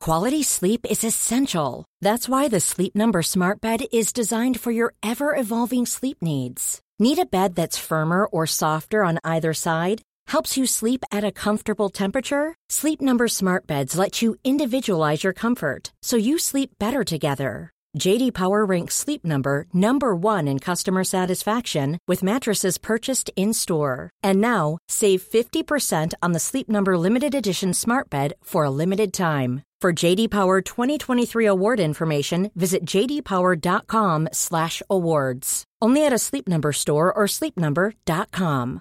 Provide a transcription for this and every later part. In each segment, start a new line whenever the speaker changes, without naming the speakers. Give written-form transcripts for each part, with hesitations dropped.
Quality sleep is essential. That's why the Sleep Number Smart Bed is designed for your ever-evolving sleep needs. Need a bed that's firmer or softer on either side? Helps you sleep at a comfortable temperature? Sleep Number Smart Beds let you individualize your comfort, so you sleep better together. J.D. Power ranks Sleep Number number 1 in customer satisfaction with mattresses purchased in-store. And now, save 50% on the Sleep Number Limited Edition Smart Bed for a limited time. For J.D. Power 2023 award information, visit jdpower.com/awards. Only at a Sleep Number store or sleepnumber.com.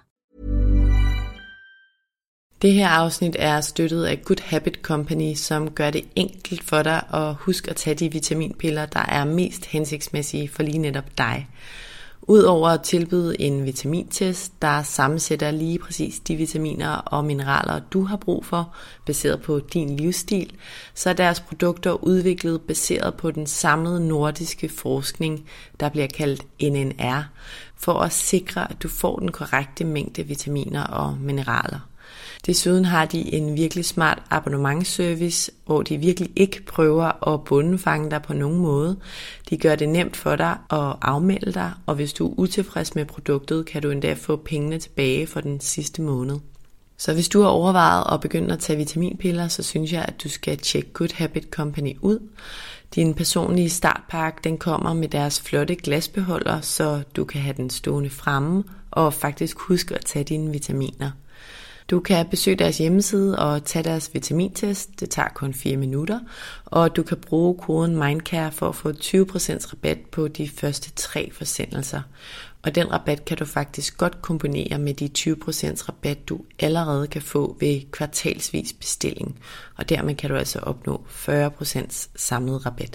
Det her afsnit er støttet af Good Habit Company, som gør det enkelt for dig at huske at tage de vitaminpiller, der er mest hensigtsmæssige for lige netop dig. Udover at tilbyde en vitamintest, der sammensætter lige præcis de vitaminer og mineraler, du har brug for, baseret på din livsstil, så er deres produkter udviklet baseret på den samlede nordiske forskning, der bliver kaldt NNR, for at sikre, at du får den korrekte mængde vitaminer og mineraler. Desuden har de en virkelig smart abonnementsservice, hvor de virkelig ikke prøver at bundefange dig på nogen måde. De gør det nemt for dig at afmelde dig, og hvis du er utilfreds med produktet, kan du endda få pengene tilbage for den sidste måned. Så hvis du har overvejet at begynde at tage vitaminpiller, så synes jeg, at du skal tjekke Good Habit Company ud. Din personlige startpakke, den kommer med deres flotte glasbeholder, så du kan have den stående fremme og faktisk huske at tage dine vitaminer. Du kan besøge deres hjemmeside og tage deres vitamintest. Det tager kun 4 minutter. Og du kan bruge koden MindCare for at få 20% rabat på de første 3 forsendelser. Og den rabat kan du faktisk godt kombinere med de 20% rabat, du allerede kan få ved kvartalsvis bestilling. Og dermed kan du altså opnå 40% samlet rabat.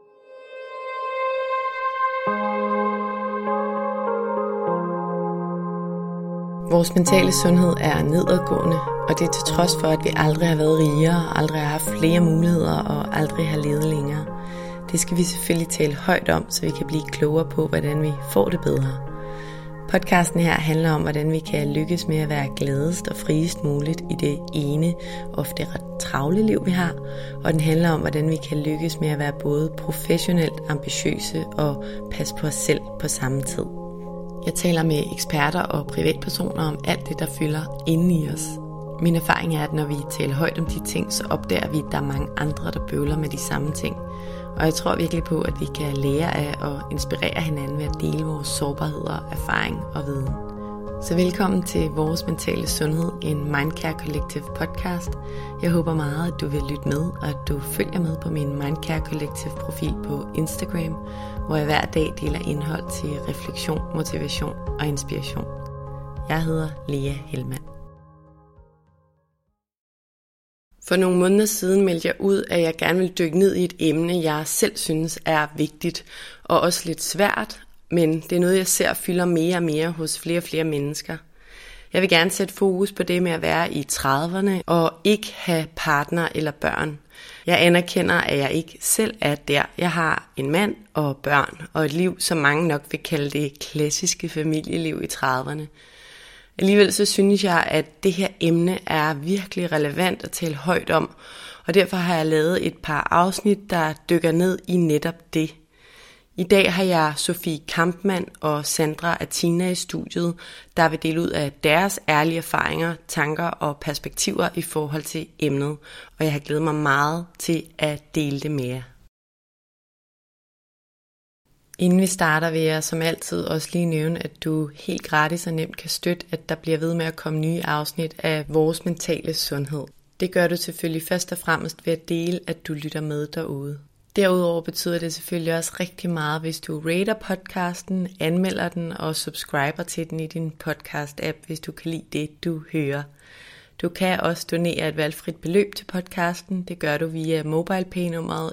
Vores mentale sundhed er nedadgående, og det er til trods for, at vi aldrig har været rigere, aldrig har haft flere muligheder og aldrig har levet længere. Det skal vi selvfølgelig tale højt om, så vi kan blive klogere på, hvordan vi får det bedre. Podcasten her handler om, hvordan vi kan lykkes med at være gladest og friest muligt i det ene, ofte ret travle liv, vi har. Og den handler om, hvordan vi kan lykkes med at være både professionelt ambitiøse og passe på os selv på samme tid. Jeg taler med eksperter og privatpersoner om alt det, der fylder inde i os. Min erfaring er, at når vi taler højt om de ting, så opdager vi, at der er mange andre, der bøvler med de samme ting. Og jeg tror virkelig på, at vi kan lære af og inspirere hinanden ved at dele vores sårbarheder, erfaring og viden. Så velkommen til Vores Mentale Sundhed, en Mindcare Collective podcast. Jeg håber meget, at du vil lytte med, og at du følger med på min Mindcare Collective profil på Instagram, hvor jeg hver dag deler indhold til refleksion, motivation og inspiration. Jeg hedder Lea Helmand. For nogle måneder siden meldte jeg ud, at jeg gerne vil dykke ned i et emne, jeg selv synes er vigtigt og også lidt svært, men det er noget, jeg ser fylder mere og mere hos flere og flere mennesker. Jeg vil gerne sætte fokus på det med at være i 30'erne og ikke have partner eller børn. Jeg anerkender, at jeg ikke selv er der. Jeg har en mand og børn og et liv, som mange nok vil kalde det klassiske familieliv i 30'erne. Alligevel så synes jeg, at det her emne er virkelig relevant at tale højt om, og derfor har jeg lavet et par afsnit, der dykker ned i netop det. I dag har jeg Sofie Kampmann og Sandra Athina i studiet, der vil dele ud af deres ærlige erfaringer, tanker og perspektiver i forhold til emnet, og jeg har glædet mig meget til at dele det med jer. Inden vi starter, vil jeg som altid også lige nævne, at du helt gratis og nemt kan støtte, at der bliver ved med at komme nye afsnit af Vores Mentale Sundhed. Det gør du selvfølgelig først og fremmest ved at dele, at du lytter med derude. Derudover betyder det selvfølgelig også rigtig meget, hvis du rater podcasten, anmelder den og subscriber til den i din podcast-app, hvis du kan lide det, du hører. Du kan også donere et valgfrit beløb til podcasten. Det gør du via MobilePay-nummeret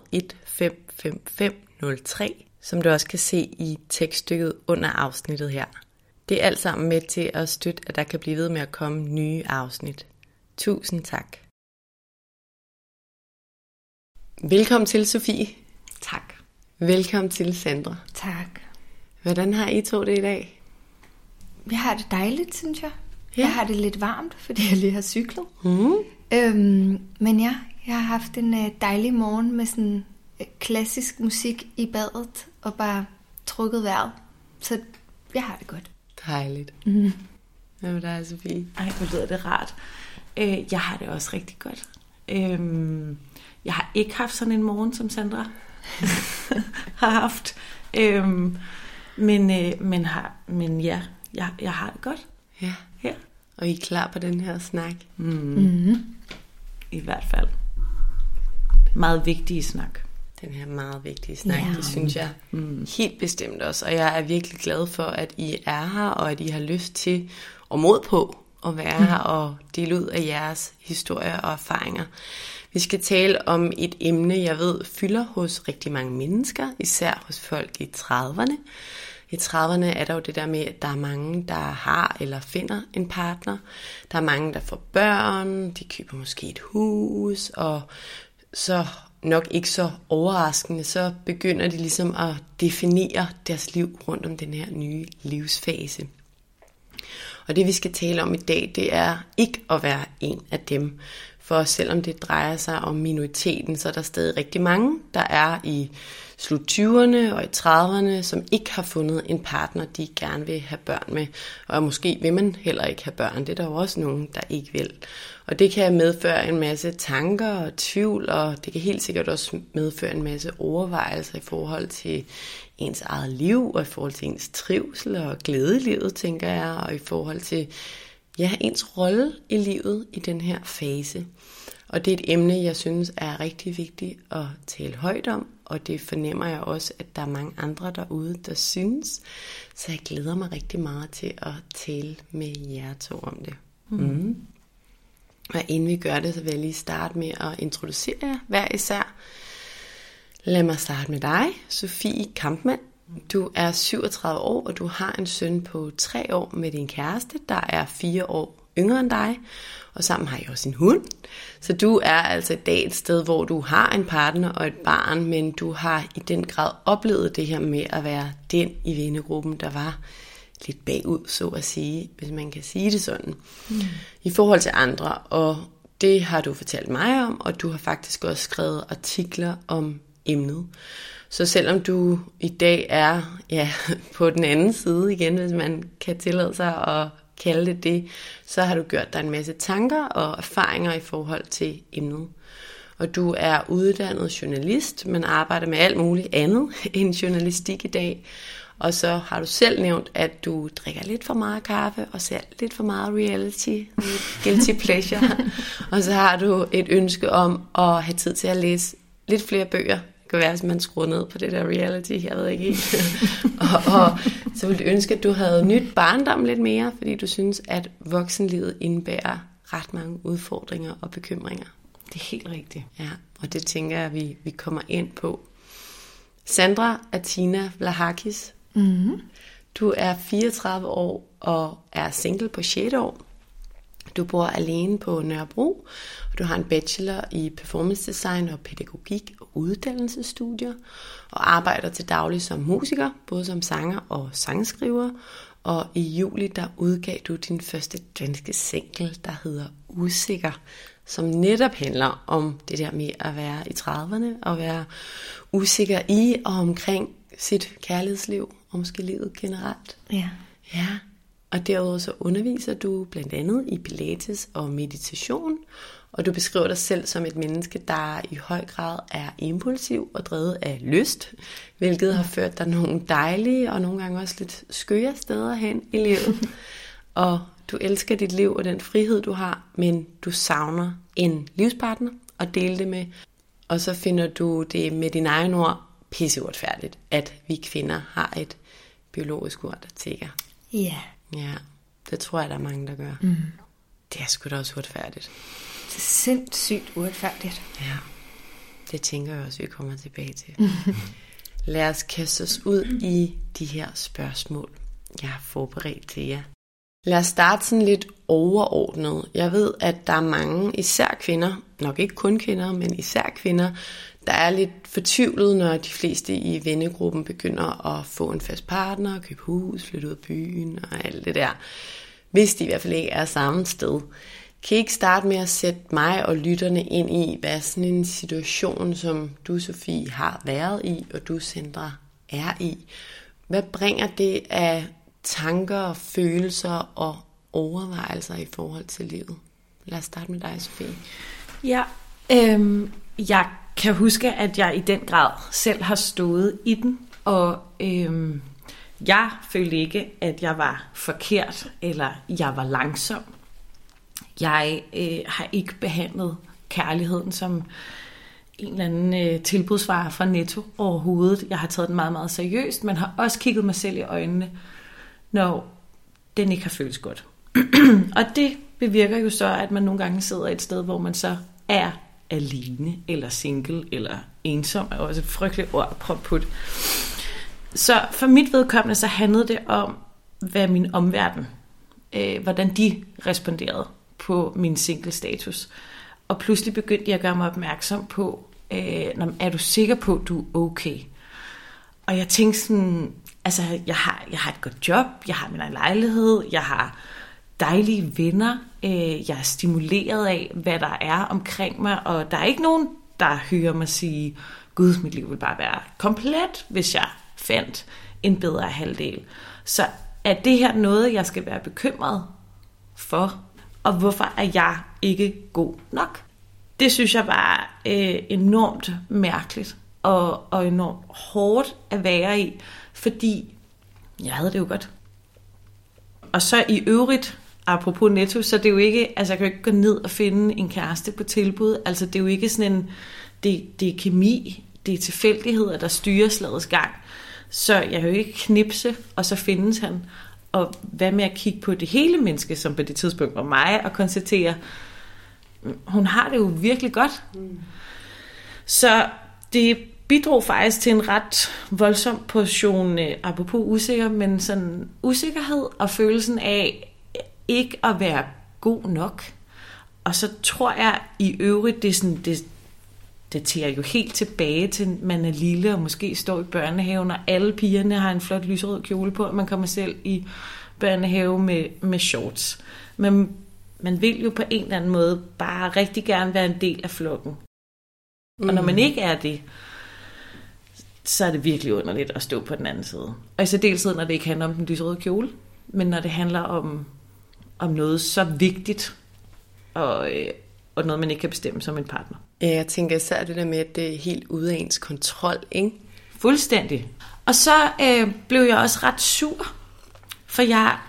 155503, som du også kan se i tekststykket under afsnittet her. Det er alt sammen med til at støtte, at der kan blive ved med at komme nye afsnit. Tusind tak. Velkommen til, Sofie.
Tak.
Velkommen til, Sandra.
Tak.
Hvordan har I to det i dag?
Jeg har det dejligt, synes jeg.
Ja.
Jeg har det lidt varmt, fordi jeg lige har cyklet.
Mm.
Men ja, Jeg har haft en dejlig morgen med sådan klassisk musik i badet og bare trukket vejret. Så jeg har det godt.
Dejligt. Hvad med dig, Sofie?
Ej, hvor lyder det rart. Jeg har det også rigtig godt. Jeg har ikke haft sådan en morgen, som Sandra har haft. Men ja, jeg har det godt.
Ja.
Ja.
Og I er klar på den her snak?
I hvert fald. Meget vigtige snak.
Den her meget vigtige snak, det synes jeg helt bestemt også. Og jeg er virkelig glad for, at I er her, og at I har lyst til og mod på at være her og dele ud af jeres historier og erfaringer. Vi skal tale om et emne, jeg ved fylder hos rigtig mange mennesker, især hos folk i 30'erne. I 30'erne er der jo det der med, at der er mange, der har eller finder en partner. Der er mange, der får børn, de køber måske et hus, og så nok ikke så overraskende, så begynder de ligesom at definere deres liv rundt om den her nye livsfase. Og det vi skal tale om i dag, det er ikke at være en af dem. For selvom det drejer sig om minoriteten, så er der stadig rigtig mange, der er i slut 20'erne og i 30'erne, som ikke har fundet en partner, de gerne vil have børn med. Og måske vil man heller ikke have børn. Det er der jo også nogen, der ikke vil. Og det kan medføre en masse tanker og tvivl, og det kan helt sikkert også medføre en masse overvejelser i forhold til ens eget liv, og i forhold til ens trivsel og glæde i livet, tænker jeg, og i forhold til ens rolle i livet i den her fase. Og det er et emne, jeg synes er rigtig vigtigt at tale højt om, og det fornemmer jeg også, at der er mange andre derude, der synes. Så jeg glæder mig rigtig meget til at tale med jer to om det. Og inden vi gør det, så vil jeg lige starte med at introducere jer hver især. Lad mig starte med dig, Sofie Kampmann. Du er 37 år, og du har en søn på 3 år med din kæreste, der er 4 år yngre end dig. Og sammen har I også en hund. Så du er altså i dag et sted, hvor du har en partner og et barn, men du har i den grad oplevet det her med at være den i vennegruppen, der var lidt bagud, så at sige, hvis man kan sige det sådan, i forhold til andre. Og det har du fortalt mig om, og du har faktisk også skrevet artikler om emnet. Så selvom du i dag er på den anden side igen, hvis man kan tillade sig at kalde det, så har du gjort dig en masse tanker og erfaringer i forhold til emnet. Og du er uddannet journalist, men arbejder med alt muligt andet end journalistik i dag. Og så har du selv nævnt, at du drikker lidt for meget kaffe og ser lidt for meget reality, guilty pleasure. Og så har du et ønske om at have tid til at læse lidt flere bøger. Det kan være, at man skruer ned på det der reality, jeg ved ikke helt. og så ville du ønske, at du havde nyt barndom lidt mere, fordi du synes, at voksenlivet indebærer ret mange udfordringer og bekymringer.
Det er helt rigtigt.
Ja, og det tænker jeg, at vi kommer ind på. Sandra Atina Vlahakis. Du er 34 år og er single på 6. år. Du bor alene på Nørrebro, og du har en bachelor i performance design og pædagogik og uddannelsesstudier, og arbejder til daglig som musiker, både som sanger og sangskriver. Og i juli, der udgav du din første danske single, der hedder Usikker, som netop handler om det der med at være i 30'erne, og være usikker i og omkring sit kærlighedsliv, og måske livet generelt. Ja. Og derudover så underviser du blandt andet i pilates og meditation, og du beskriver dig selv som et menneske, der i høj grad er impulsiv og drevet af lyst, hvilket har ført dig nogle dejlige og nogle gange også lidt skøre steder hen i livet. Og du elsker dit liv og den frihed, du har, men du savner en livspartner at dele det med. Og så finder du det med dine egne ord pisseuretfærdigt, at vi kvinder har et biologisk ur, der tikker.
Ja.
Ja, det tror jeg, der er mange, der gør. Det er sgu da også uretfærdigt.
Det er sindssygt uretfærdigt.
Ja, det tænker jeg også, vi kommer tilbage til. Lad os kaste os ud i de her spørgsmål, jeg har forberedt til jer. Lad os starte sådan lidt overordnet. Jeg ved, at der er mange, især kvinder, nok ikke kun kvinder, men især kvinder, der er lidt fortvivlet, når de fleste i vennegruppen begynder at få en fast partner, købe hus, flytte ud af byen og alt det der. Hvis de i hvert fald ikke er samme sted. Kan I ikke starte med at sætte mig og lytterne ind i, hvad sådan en situation, som du, Sofie, har været i, og du, Sandra, er i? Hvad bringer det af tanker, følelser og overvejelser i forhold til livet? Lad os starte med dig, Sofie.
Ja, jeg kan huske, at jeg i den grad selv har stået i den, og jeg følte ikke, at jeg var forkert, eller jeg var langsom. Jeg har ikke behandlet kærligheden som en eller anden tilbudsvare fra Netto overhovedet. Jeg har taget den meget, meget seriøst, men har også kigget mig selv i øjnene, når den ikke har føltes godt. Og det bevirker jo så, at man nogle gange sidder et sted, hvor man så er alene, eller single, eller ensom, er også et frygteligt ord at proppe på det. Så for mit vedkommende, så handlede det om, hvad min omverden, hvordan de responderede på min single-status. Og pludselig begyndte jeg at gøre mig opmærksom på, er du sikker på, at du er okay? Og jeg tænkte sådan, altså jeg har et godt job, jeg har min egen lejlighed, jeg har dejlige venner, jeg er stimuleret af, hvad der er omkring mig, og der er ikke nogen, der hører mig sige, Gud, mit liv vil bare være komplet, hvis jeg fandt en bedre halvdel. Så er det her noget, jeg skal være bekymret for? Og hvorfor er jeg ikke god nok? Det synes jeg var enormt mærkeligt og enormt hårdt at være i, fordi jeg havde det jo godt. Og så i øvrigt, apropos Netto, så det er jo ikke, altså jeg kan jo ikke gå ned og finde en kæreste på tilbud. Altså det er jo ikke sådan en, det er kemi, det er tilfældigheder, der styrer slagets gang. Så jeg kan jo ikke knipse, og så findes han. Og hvad med at kigge på det hele menneske, som på det tidspunkt var mig, og konstatere, hun har det jo virkelig godt. Så det bidrog faktisk til en ret voldsom portion, apropos usikker, men sådan usikkerhed og følelsen af ikke at være god nok. Og så tror jeg i øvrigt, det tager jo helt tilbage til, man er lille og måske står i børnehaven, og alle pigerne har en flot lyserød kjole på, og man kommer selv i børnehave med shorts. Men man vil jo på en eller anden måde bare rigtig gerne være en del af flokken. Og når man ikke er det, så er det virkelig underligt at stå på den anden side. Og i særdeleshed, når det ikke handler om den lyserøde kjole, men når det handler om noget så vigtigt, og noget, man ikke kan bestemme som en partner.
Ja, jeg tænker især det der med, at det er helt ude af ens kontrol, ikke?
Fuldstændig. Og så blev jeg også ret sur, for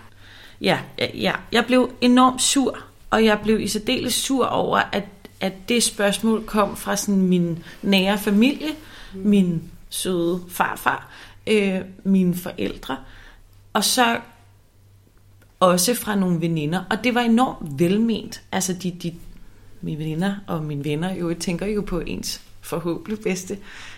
jeg blev enormt sur, og jeg blev i særdeles sur over, at det spørgsmål kom fra sådan min nære familie, min søde farfar, mine forældre, og så også fra nogle veninder. Og det var enormt velment. Altså mine veninder og mine venner jo tænker jo på ens forhåbentlig bedste.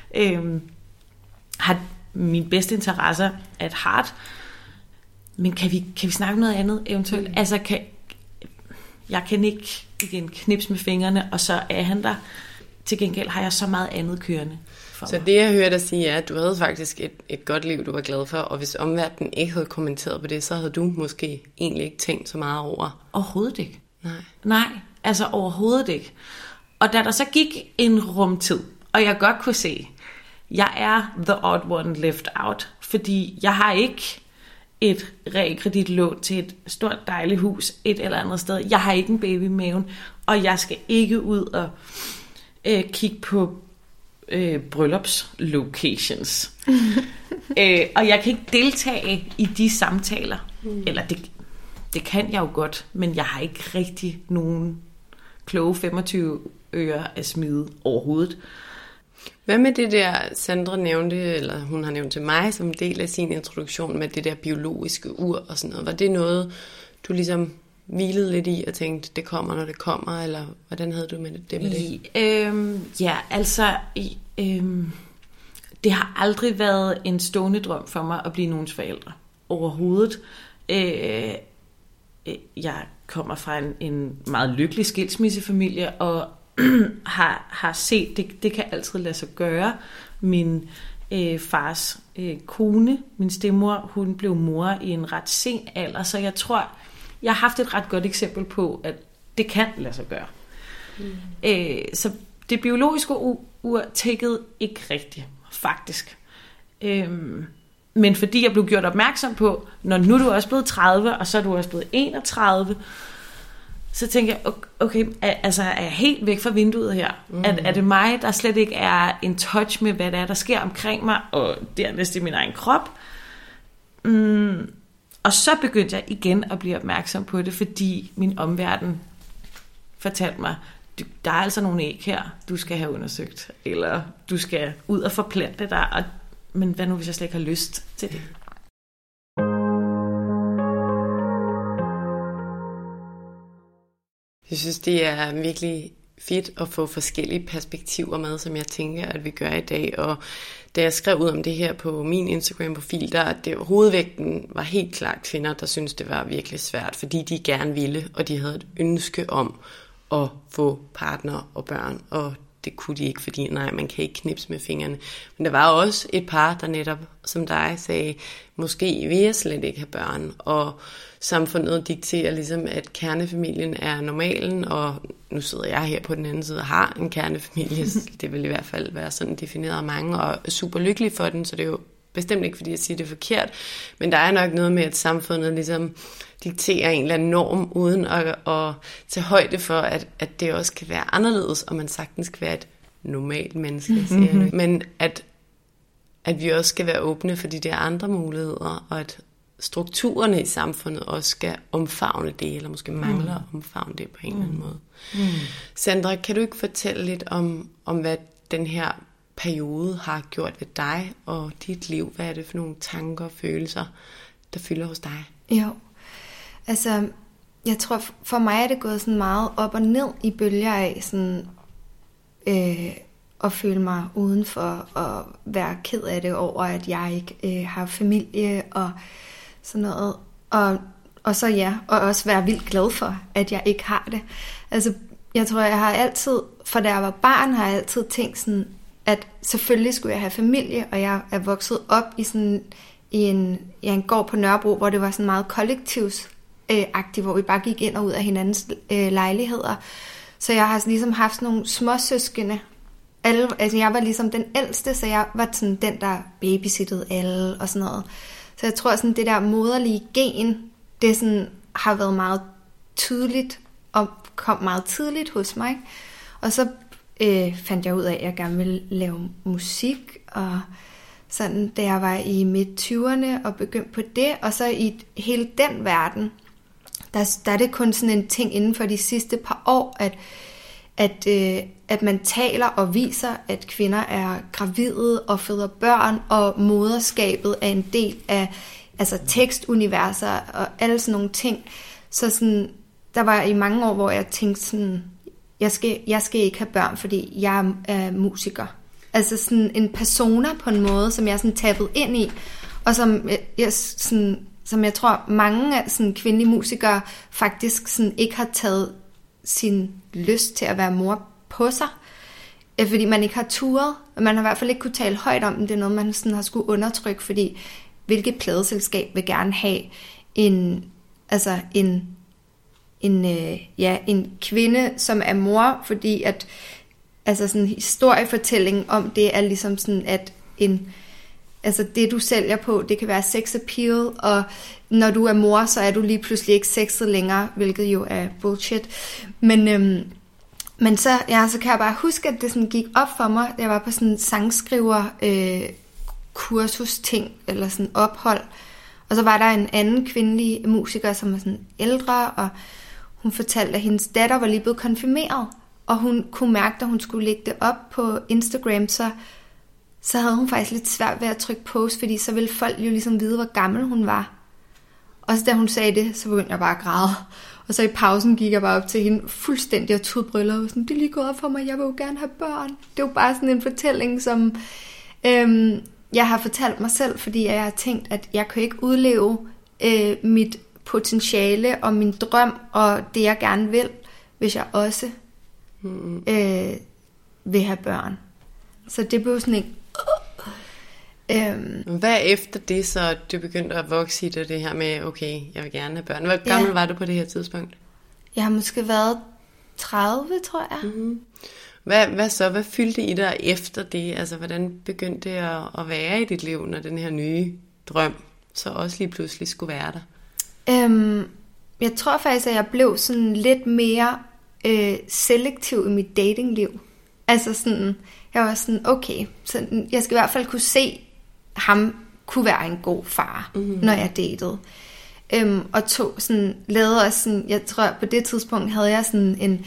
Har min bedste interesser at heart. Men kan vi snakke noget andet eventuelt? Altså jeg kan ikke igen knipse med fingrene, og så er han der. Til gengæld har jeg så meget andet kørende.
Så det jeg hører dig sige er, at du havde faktisk et godt liv, du var glad for, og hvis omverdenen ikke havde kommenteret på det, så havde du måske egentlig ikke tænkt så meget over.
Overhovedet ikke.
Nej,
altså overhovedet ikke. Og da der så gik en rumtid, og jeg godt kunne se, jeg er the odd one left out, fordi jeg har ikke et realkreditlån til et stort dejligt hus et eller andet sted. Jeg har ikke en baby i maven, og jeg skal ikke ud og kigge på bryllupslocations. Og jeg kan ikke deltage i de samtaler. Eller det kan jeg jo godt, men jeg har ikke rigtig nogen kloge 25 øre at smide overhovedet.
Hvad med det der, Sandra nævnte, eller hun har nævnt til mig som del af sin introduktion med det der biologiske ur og sådan noget? Var det noget, du ligesom hvilede lidt i og tænkte, det kommer, når det kommer, eller hvordan havde du med det?
Det har aldrig været en stående drøm for mig at blive nogens forældre. Overhovedet. Jeg kommer fra en meget lykkelig skilsmissefamilie, og har set, det kan altid lade sig gøre. Min fars kone, min stemmor, hun blev mor i en ret sen alder, så jeg tror, jeg har haft et ret godt eksempel på, at det kan lade sig gøre. Så det biologiske ur tækkede ikke rigtigt, faktisk. Men fordi jeg blev gjort opmærksom på, når nu er du også blevet 30, og så er du også blevet 31, så tænker jeg, okay, altså er jeg helt væk fra vinduet her? Er det mig, der slet ikke er in touch med, hvad der er, der sker omkring mig, og dernæst i min egen krop? Og så begyndte jeg igen at blive opmærksom på det, fordi min omverden fortalte mig, der er altså nogle æg her, du skal have undersøgt, eller du skal ud og forplante dig, men hvad nu, hvis jeg slet ikke har lyst til det?
Jeg synes, det er virkelig fedt at få forskellige perspektiver med, som jeg tænker, at vi gør i dag. Og da jeg skrev ud om det her på min Instagram-profil, hovedvægten var helt klart kvinder, der syntes, det var virkelig svært, fordi de gerne ville, og de havde et ønske om at få partner og børn, og det kunne de ikke, fordi man kan ikke knipse med fingrene. Men der var også et par, der netop, som dig, sagde, måske vil jeg slet ikke have børn, og samfundet dikterer ligesom, at kernefamilien er normalen, og nu sidder jeg her på den anden side og har en kernefamilie, det vil i hvert fald være sådan defineret af mange, og er super lykkelig for den, så det er jo bestemt ikke, fordi jeg siger det er forkert, men der er nok noget med, at samfundet ligesom dikterer en eller anden norm, uden at tage højde for, at det også kan være anderledes, og man sagtens kan være et normalt menneske, siger jeg. Men at vi også skal være åbne for de der andre muligheder, og at strukturerne i samfundet også skal omfavne det, eller måske mangler at omfavne det på en eller anden måde. Sandra, kan du ikke fortælle lidt om hvad den her periode har gjort ved dig og dit liv? Hvad er det for nogle tanker og følelser, der fylder hos dig?
Jo, altså jeg tror for mig er det gået sådan meget op og ned i bølger af sådan at føle mig udenfor og være ked af det over, at jeg ikke har familie og sådan noget. Og så og også være vildt glad for, at jeg ikke har det. Altså jeg tror, jeg har altid, for da jeg var barn, har jeg altid tænkt sådan, at selvfølgelig skulle jeg have familie, og jeg er vokset op i sådan en gård på Nørrebro, hvor det var sådan meget kollektivsagtigt, hvor vi bare gik ind og ud af hinandens lejligheder. Så jeg har ligesom haft sådan nogle småsøskende. Altså jeg var ligesom den ældste, så jeg var sådan den, der babysittede alle og sådan noget. Så jeg tror sådan det der moderlige gen, det sådan har været meget tydeligt og kom meget tidligt hos mig. Og så fandt jeg ud af, at jeg gerne ville lave musik, og sådan, da jeg var i midt-20'erne og begyndte på det, og så i hele den verden, der er det kun sådan en ting inden for de sidste par år, at man taler og viser, at kvinder er gravide og føder børn, og moderskabet er en del af altså tekstuniverser og alle sådan nogle ting. Så sådan, der var i mange år, hvor jeg tænkte sådan, jeg skal ikke have børn, fordi jeg er musiker. Altså sådan en persona på en måde, som jeg sådan tappede ind i, og som jeg tror mange af sådan kvindelige musikere faktisk sådan ikke har taget sin lyst til at være mor på sig, fordi man ikke har turet, og man har i hvert fald ikke kunne tale højt om det. Det er noget, man sådan har skulle undertrykke, fordi hvilket pladeselskab vil gerne have en kvinde, som er mor, fordi at altså sådan en historiefortælling om det er ligesom sådan, at det du sælger på, det kan være sex appeal, og når du er mor, så er du lige pludselig ikke sexet længere, hvilket jo er bullshit. Men så kan jeg bare huske, at det sådan gik op for mig. Jeg var på sådan en sangskriver kursus ting, eller sådan ophold, og så var der en anden kvindelig musiker, som var sådan ældre, og hun fortalte, at hendes datter var lige blevet konfirmeret, og hun kunne mærke, at hun skulle lægge det op på Instagram, så havde hun faktisk lidt svært ved at trykke post, fordi så ville folk jo ligesom vide, hvor gammel hun var. Og så da hun sagde det, så begyndte jeg bare at græde. Og så i pausen gik jeg bare op til hende fuldstændig og tudbriller, og sådan, det er lige gået op for mig, jeg vil jo gerne have børn. Det er jo bare sådan en fortælling, som jeg har fortalt mig selv, fordi jeg har tænkt, at jeg kan ikke udleve mit potentiale og min drøm og det, jeg gerne vil, hvis jeg også vil have børn. Så det blev sådan en
Hvad efter det så, du begyndte at vokse i det her med, okay, jeg vil gerne have børn? Hvor gammel var du på det her tidspunkt?
Jeg har måske været 30, tror jeg.
Mm-hmm. Hvad så? Hvad fyldte i dig efter det? Altså, hvordan begyndte det at være i dit liv, når den her nye drøm så også lige pludselig skulle være der?
Jeg tror faktisk, at jeg blev sådan lidt mere selektiv i mit datingliv. Altså sådan, jeg var sådan, okay, så jeg skal i hvert fald kunne se, ham kunne være en god far, når jeg datede. Og lavede også sådan, jeg tror på det tidspunkt havde jeg sådan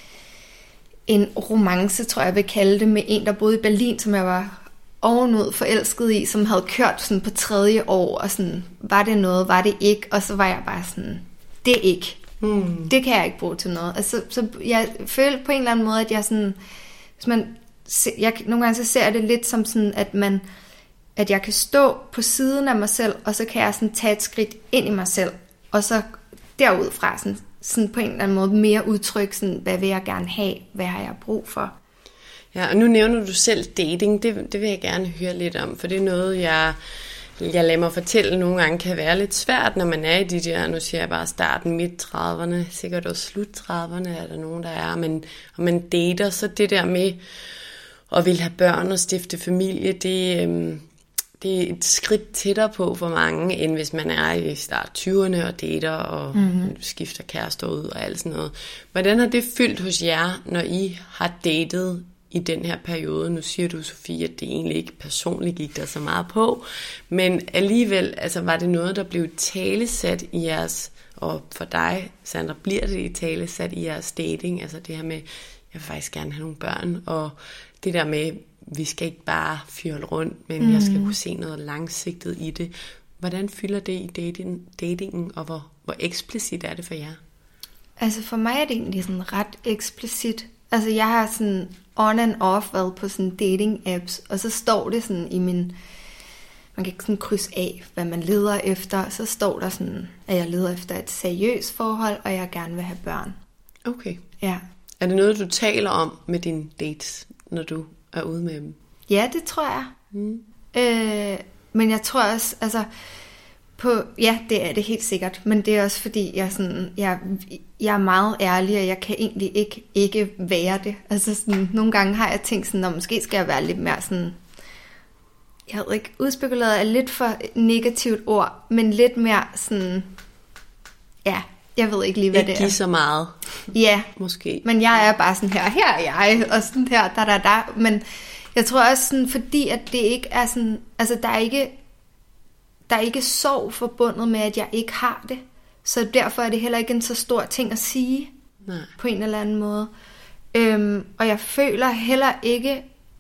en romance, tror jeg vil kalde det, med en, der boede i Berlin, som jeg var ovenud forelsket i, som havde kørt sådan på 3. år, og sådan, var det noget, var det ikke, og så var jeg bare sådan, det er ikke. Det kan jeg ikke bruge til noget. Altså, så jeg følte på en eller anden måde, at jeg sådan, nogle gange så ser jeg det lidt som sådan, at jeg kan stå på siden af mig selv, og så kan jeg sådan tage et skridt ind i mig selv, og så derudfra sådan på en eller anden måde mere udtryk, sådan, hvad vil jeg gerne have, hvad har jeg brug for.
Ja, og nu nævner du selv dating, det vil jeg gerne høre lidt om, for det er noget, jeg lader mig fortælle, nogle gange kan være lidt svært, når man er i de der, nu siger jeg bare starten, midt-30'erne, sikkert også slut-30'erne er der nogen, der er, men og man dater, så det der med at vil have børn og stifte familie, det er et skridt tættere på for mange, end hvis man er i start 20'erne og dater og skifter kærester ud og alt sådan noget. Hvordan har det fyldt hos jer, når I har datet i den her periode? Nu siger du, Sofie, at det egentlig ikke personligt gik der så meget på, men alligevel, altså var det noget, der blev talesat i jeres, og for dig, Sandra, bliver det talesat i jeres dating, altså det her med, jeg vil faktisk gerne have nogle børn, og det der med, vi skal ikke bare fyrle rundt, men jeg skal kunne se noget langsigtet i det. Hvordan fylder det i datingen, og hvor eksplicit er det for jer? Altså
for mig er det egentlig sådan ret eksplicit. Altså jeg har sådan on and off været på sådan dating apps, og så står det sådan i min, man kan ikke sådan krydse af, hvad man leder efter, så står der sådan, at jeg leder efter et seriøst forhold, og jeg gerne vil have børn.
Okay.
Ja.
Er det noget, du taler om med dine dates, når du er ude med dem?
Ja, det tror jeg. Men jeg tror også, altså, ja, det er det helt sikkert, men det er også fordi, jeg er meget ærlig, og jeg kan egentlig ikke være det. Altså sådan, nogle gange har jeg tænkt sådan, måske skal jeg være lidt mere sådan, jeg ved ikke, udspekuleret er lidt for negativt ord, men lidt mere sådan, ja, jeg ved ikke lige, hvad det er.
Ikke give så meget.
Ja,
måske.
Men jeg er bare sådan her er jeg, og sådan her, da. Men jeg tror også sådan, fordi at det ikke er sådan, altså der er ikke sorg forbundet med, at jeg ikke har det. Så derfor er det heller ikke en så stor ting at sige.
Nej.
På en eller anden måde. Og jeg føler heller ikke,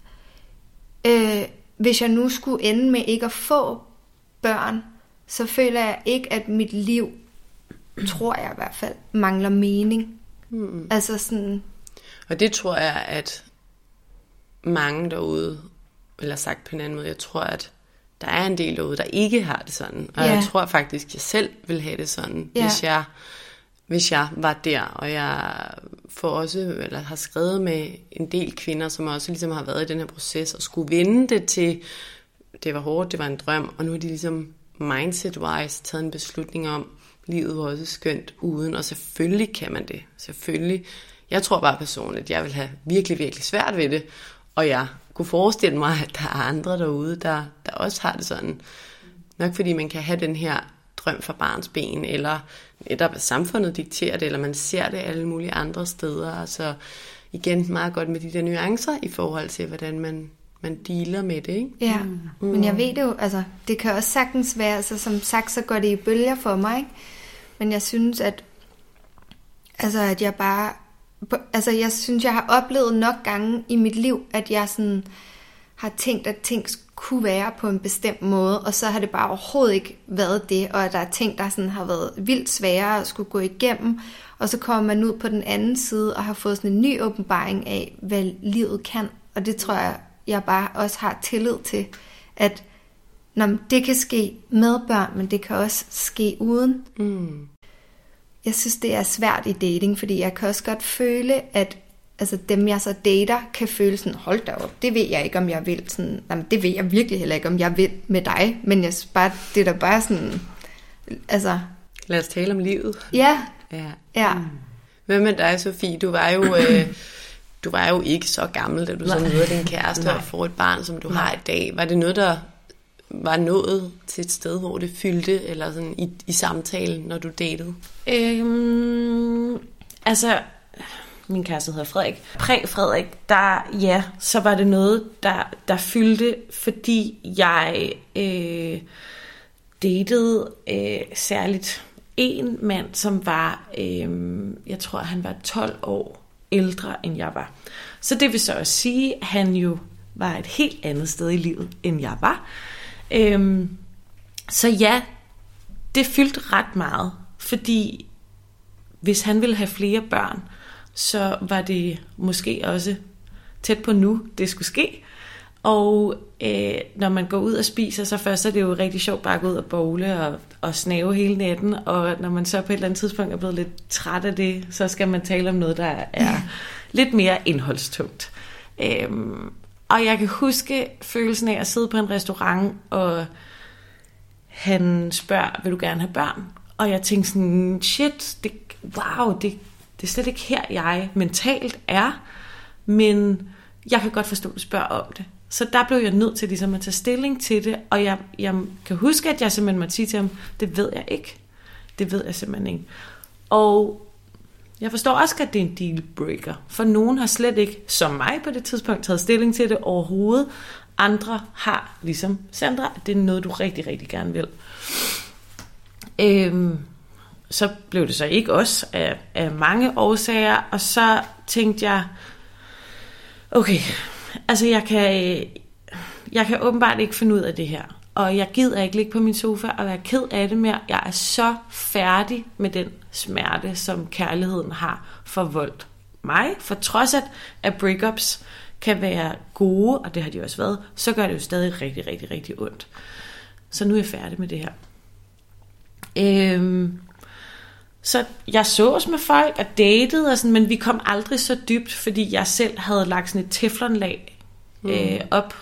hvis jeg nu skulle ende med ikke at få børn, så føler jeg ikke, at mit liv, tror jeg i hvert fald, mangler mening. Altså sådan.
Og det tror jeg, at mange derude, eller sagt på en anden måde, jeg tror, at der er en del derude, der ikke har det sådan. Og jeg tror faktisk, at jeg selv vil have det sådan, hvis jeg var der. Og jeg får også, eller har skrevet med en del kvinder, som også ligesom har været i den her proces, og skulle vende det til, det var hårdt, det var en drøm, og nu er de ligesom mindset-wise taget en beslutning om, livet var også skønt uden, og selvfølgelig kan man det. Selvfølgelig. Jeg tror bare personligt, at jeg vil have virkelig, virkelig svært ved det, og jeg kunne forestille mig, at der er andre derude, der også har det sådan. Nok fordi man kan have den her drøm fra barnsben, eller netop samfundet dikterer det, eller man ser det alle mulige andre steder. Altså igen meget godt med de der nuancer i forhold til, hvordan man dealer med det, ikke?
Ja, men jeg ved det jo, altså det kan også sagtens være, altså som sagt, så går det i bølger for mig, ikke? Men jeg synes, at jeg bare, altså jeg synes, jeg har oplevet nok gange i mit liv, at jeg sådan har tænkt, at ting kunne være på en bestemt måde, og så har det bare overhovedet ikke været det, og der er ting, der sådan har været vildt svære at skulle gå igennem, og så kommer man ud på den anden side, og har fået sådan en ny åbenbaring af, hvad livet kan, og det tror jeg bare også har tillid til, at det kan ske med børn, men det kan også ske uden. Jeg synes, det er svært i dating, fordi jeg kan også godt føle, at altså dem, jeg så dater, kan føle sådan, hold da op, det ved jeg ikke, om jeg vil. Sådan, jamen, det ved jeg virkelig heller ikke, om jeg vil med dig, men jeg synes bare, det er da bare sådan, altså.
Lad os tale om livet.
Ja.
Ja. Hvad med dig, Sofie? Du var jo ikke så gammel, da du så møder din kæreste og får et barn, som du har i dag. Var det noget, der var nået til et sted, hvor det fyldte, eller sådan i samtalen, når du datede?
Altså, min kæreste hedder Frederik. Præ-Frederik, så var det noget, der fyldte, fordi jeg datede særligt en mand, som var, jeg tror, han var 12 år ældre, end jeg var. Så det vil så også sige, at han jo var et helt andet sted i livet, end jeg var. Så ja, det fyldte ret meget, fordi hvis han ville have flere børn, så var det måske også tæt på nu, det skulle ske. Og når man går ud og spiser, så først er det jo rigtig sjovt bare at gå ud og bowle og snave hele natten. Og når man så på et eller andet tidspunkt er blevet lidt træt af det, så skal man tale om noget, der er lidt mere indholdstungt. Og jeg kan huske følelsen af at sidde på en restaurant, og han spørger, vil du gerne have børn? Og jeg tænkte sådan, shit, det er slet ikke her, jeg mentalt er, men jeg kan godt forstå, at du spørger om det. Så der blev jeg nødt til ligesom at tage stilling til det, og jeg kan huske, at jeg simpelthen måtte sige til ham, det ved jeg ikke. Det ved jeg simpelthen ikke. Og jeg forstår også, at det er en dealbreaker, for nogen har slet ikke, som mig på det tidspunkt, taget stilling til det overhovedet. Andre har, ligesom Sandra, at det er noget, du rigtig, rigtig gerne vil. Så blev det så ikke også af mange årsager, og så tænkte jeg, okay, altså jeg kan åbenbart ikke finde ud af det her, og jeg gider ikke ligge på min sofa og være ked af det mere. Jeg er så færdig med den smerte, som kærligheden har forvoldt mig, for trods at breakups kan være gode, og det har de også været, så gør det jo stadig rigtig, rigtig, rigtig ondt. Så nu er jeg færdig med det her. Så jeg sås med folk og datede og sådan, men vi kom aldrig så dybt, fordi jeg selv havde lagt sådan et teflonlag op,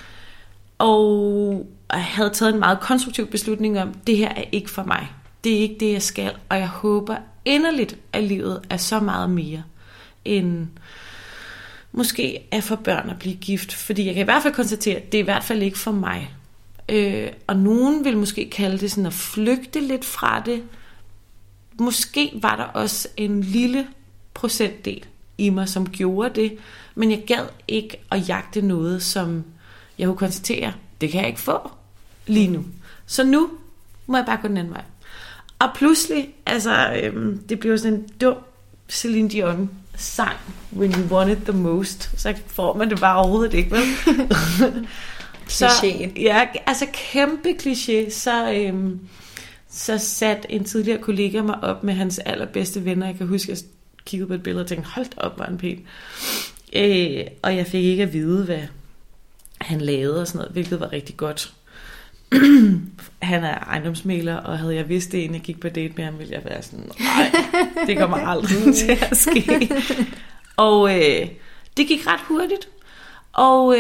og jeg havde taget en meget konstruktiv beslutning om, det her er ikke for mig. Det er ikke det, jeg skal, og jeg håber inderligt, at livet er så meget mere end måske er for børn at blive gift, fordi jeg kan i hvert fald konstatere, at det er i hvert fald ikke for mig. Og nogen vil måske kalde det sådan at flygte lidt fra det. Måske var der også en lille procentdel i mig, som gjorde det, men jeg gad ikke at jagte noget, som jeg kunne konstatere, det kan jeg ikke få lige nu. Så nu må jeg bare gå den anden vej. Og pludselig, altså, det blev sådan en dum Celine Dion sang, When You Want It The Most, så får man det bare overhovedet ikke, vel? Så, ja, altså kæmpe kliché, så satte en tidligere kollega mig op med hans allerbedste venner. Jeg kan huske, at jeg kiggede på et billede og tænkte, hold da op, var han pæn. Og jeg fik ikke at vide, hvad han lavede og sådan noget, hvilket var rigtig godt. Han er ejendomsmægler, og havde jeg vidst det, inden jeg gik på date med ham, ville jeg være sådan, nej, det kommer aldrig til at ske. Og det gik ret hurtigt. Og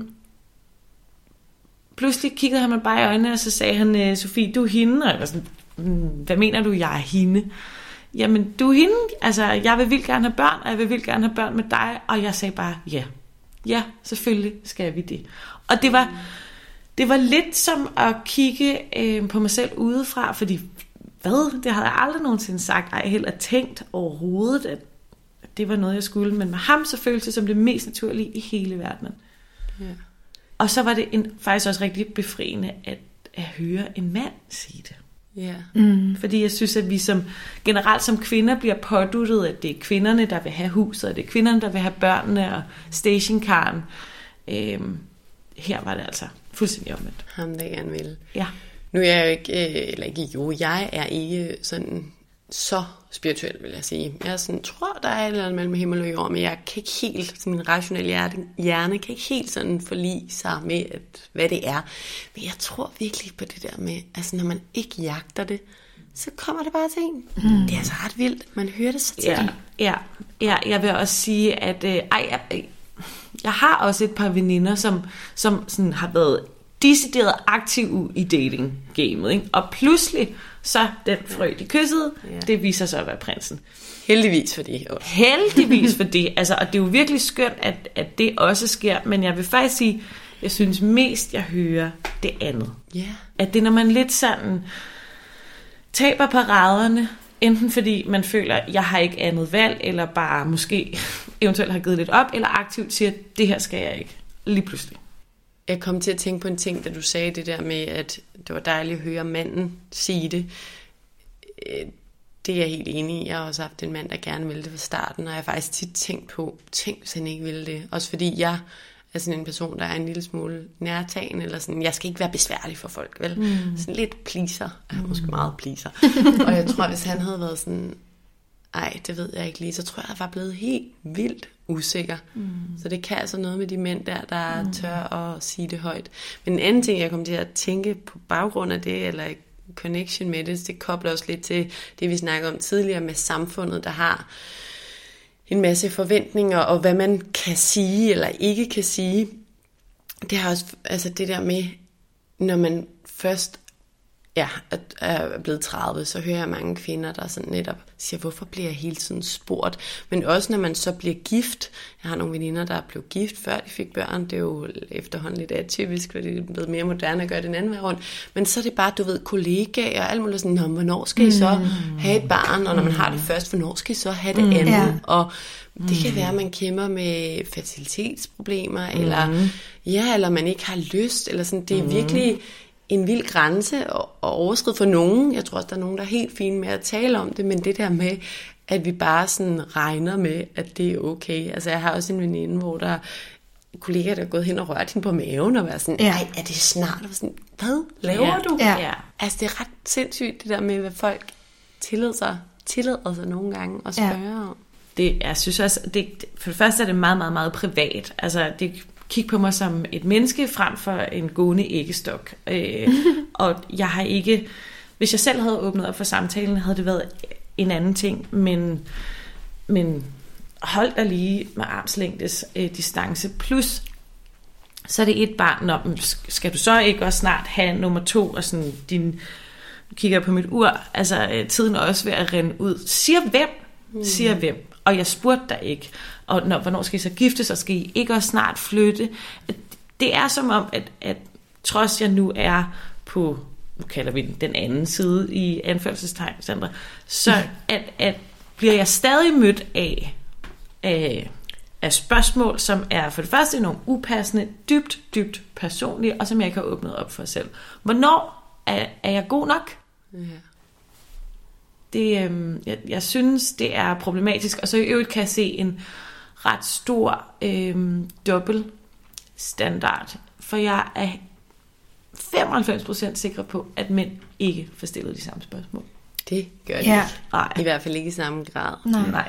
pludselig kiggede han mig bare i øjnene, og så sagde han, Sofie, du er hende. Og jeg var sådan, hvad mener du, jeg er hende? Jamen, du er hende. Altså, jeg vil vildt gerne have børn, og jeg vil vildt gerne have børn med dig. Og jeg sagde bare, ja. Ja, selvfølgelig skal vi det. Og det var lidt som at kigge på mig selv udefra, fordi det havde jeg aldrig nogensinde sagt, ej heller tænkt overhovedet, at det var noget, jeg skulle. Men med ham så føltes det som det mest naturlige i hele verdenen. Ja. Og så var det faktisk også rigtig befriende at høre en mand sige det. Yeah. Fordi jeg synes, at vi generelt som kvinder bliver påduttet, at det er kvinderne, der vil have huset, og det er kvinderne, der vil have børnene og stationcaren. Her var det altså fuldstændig omvendt.
Ham, der gerne vil.
Ja.
Nu er jeg jeg er ikke sådan så spirituel, vil jeg sige. Jeg tror, der er et eller andet mellem himmel og jord, men jeg kan ikke helt, sådan min rationelle hjerne kan ikke helt sådan forlige sig med, hvad det er. Men jeg tror virkelig på det der med, altså når man ikke jagter det, så kommer det bare til en. Det er altså ret vildt. Man hører det så tit.
Ja, jeg vil også sige, at jeg har også et par veninder, som sådan har været decideret aktiv i dating-gamet, ikke? Og pludselig, så den frø, de kyssede, det viser sig at være prinsen.
Heldigvis for det.
Heldigvis for det. Altså, og det er jo virkelig skønt, at det også sker, men jeg vil faktisk sige, jeg synes mest, jeg hører det andet.
Yeah.
At det er, når man lidt sådan taber paraderne, enten fordi man føler, jeg har ikke andet valg, eller bare måske eventuelt har givet lidt op, eller aktivt siger, det her skal jeg ikke. Lige pludselig.
Jeg kom til at tænke på en ting, da du sagde det der med, at det var dejligt at høre manden sige det. Det er jeg helt enig i. Jeg har også haft en mand, der gerne ville det fra starten, og jeg har faktisk tit tænkt på, tænk hvis han ikke ville det. Også fordi jeg er sådan en person, der er en lille smule nærtagende, eller sådan, jeg skal ikke være besværlig for folk, vel? Sådan lidt pleaser. Jeg er måske meget pleaser. Og jeg tror, hvis han havde været sådan, ej, det ved jeg ikke lige, så tror jeg var blevet helt vildt usikker. Så det kan altså noget med de mænd der tør at sige det højt. Men en anden ting, jeg kom til at tænke på baggrund af det, eller connection med det kobler også lidt til det, vi snakkede om tidligere med samfundet, der har en masse forventninger, og hvad man kan sige eller ikke kan sige. Det har også, altså det der med, når man først er blevet 30, så hører jeg mange kvinder, der sådan netop siger, hvorfor bliver jeg hele tiden spurgt? Men også når man så bliver gift. Jeg har nogle veninder, der blev gift, før de fik børn. Det er jo efterhånden lidt atypisk, fordi det er blevet mere moderne at gøre den anden vej rundt. Men så er det bare, du ved, kollegaer og alt muligt sådan, hvornår skal I så have et barn? Og når man har det først, hvornår skal I så have det andet? Ja. Og det kan være, at man kæmper med fertilitetsproblemer, eller man ikke har lyst, eller sådan. Det er virkelig en vild grænse og overskride for nogen. Jeg tror også, der er nogen, der er helt fine med at tale om det, men det der med, at vi bare sådan regner med, at det er okay. Altså, jeg har også en veninde, hvor der kollegaer, der er gået hen og rørt hende på maven, og været sådan, ej, er det snart? Og sådan, hvad laver du?
Ja.
Altså, det er ret sindssygt, det der med, hvad folk tillader sig nogle gange at spørge om.
Jeg synes også, for det første er det meget, meget, meget privat. Altså, kig på mig som et menneske frem for en gående æggestok. Og jeg har ikke, hvis jeg selv havde åbnet op for samtalen, havde det været en anden ting, men hold dig lige med armslængdes distance. Plus, så er det et barn, skal du så ikke også snart have nummer 2, og sådan nu kigger jeg på mit ur, altså tiden er også ved at rende ud. Siger hvem? Og jeg spurgte dig ikke. Og hvornår skal I så giftes, og skal I ikke også snart flytte? Det er som om, at trods jeg nu er på, nu kalder vi den anden side i anførselstegn, Sandra, så at bliver jeg stadig mødt af spørgsmål, som er for det første enormt upassende, dybt personlige, og som jeg ikke har åbnet op for selv. Hvornår er jeg god nok? Ja. Jeg synes, det er problematisk, og så i øvrigt kan jeg se en ret stor dobbeltstandard, for jeg er 95% sikker på, at mænd ikke får stillet de samme spørgsmål.
Det gør de ikke. Nej. I hvert fald ikke i samme grad.
Nej.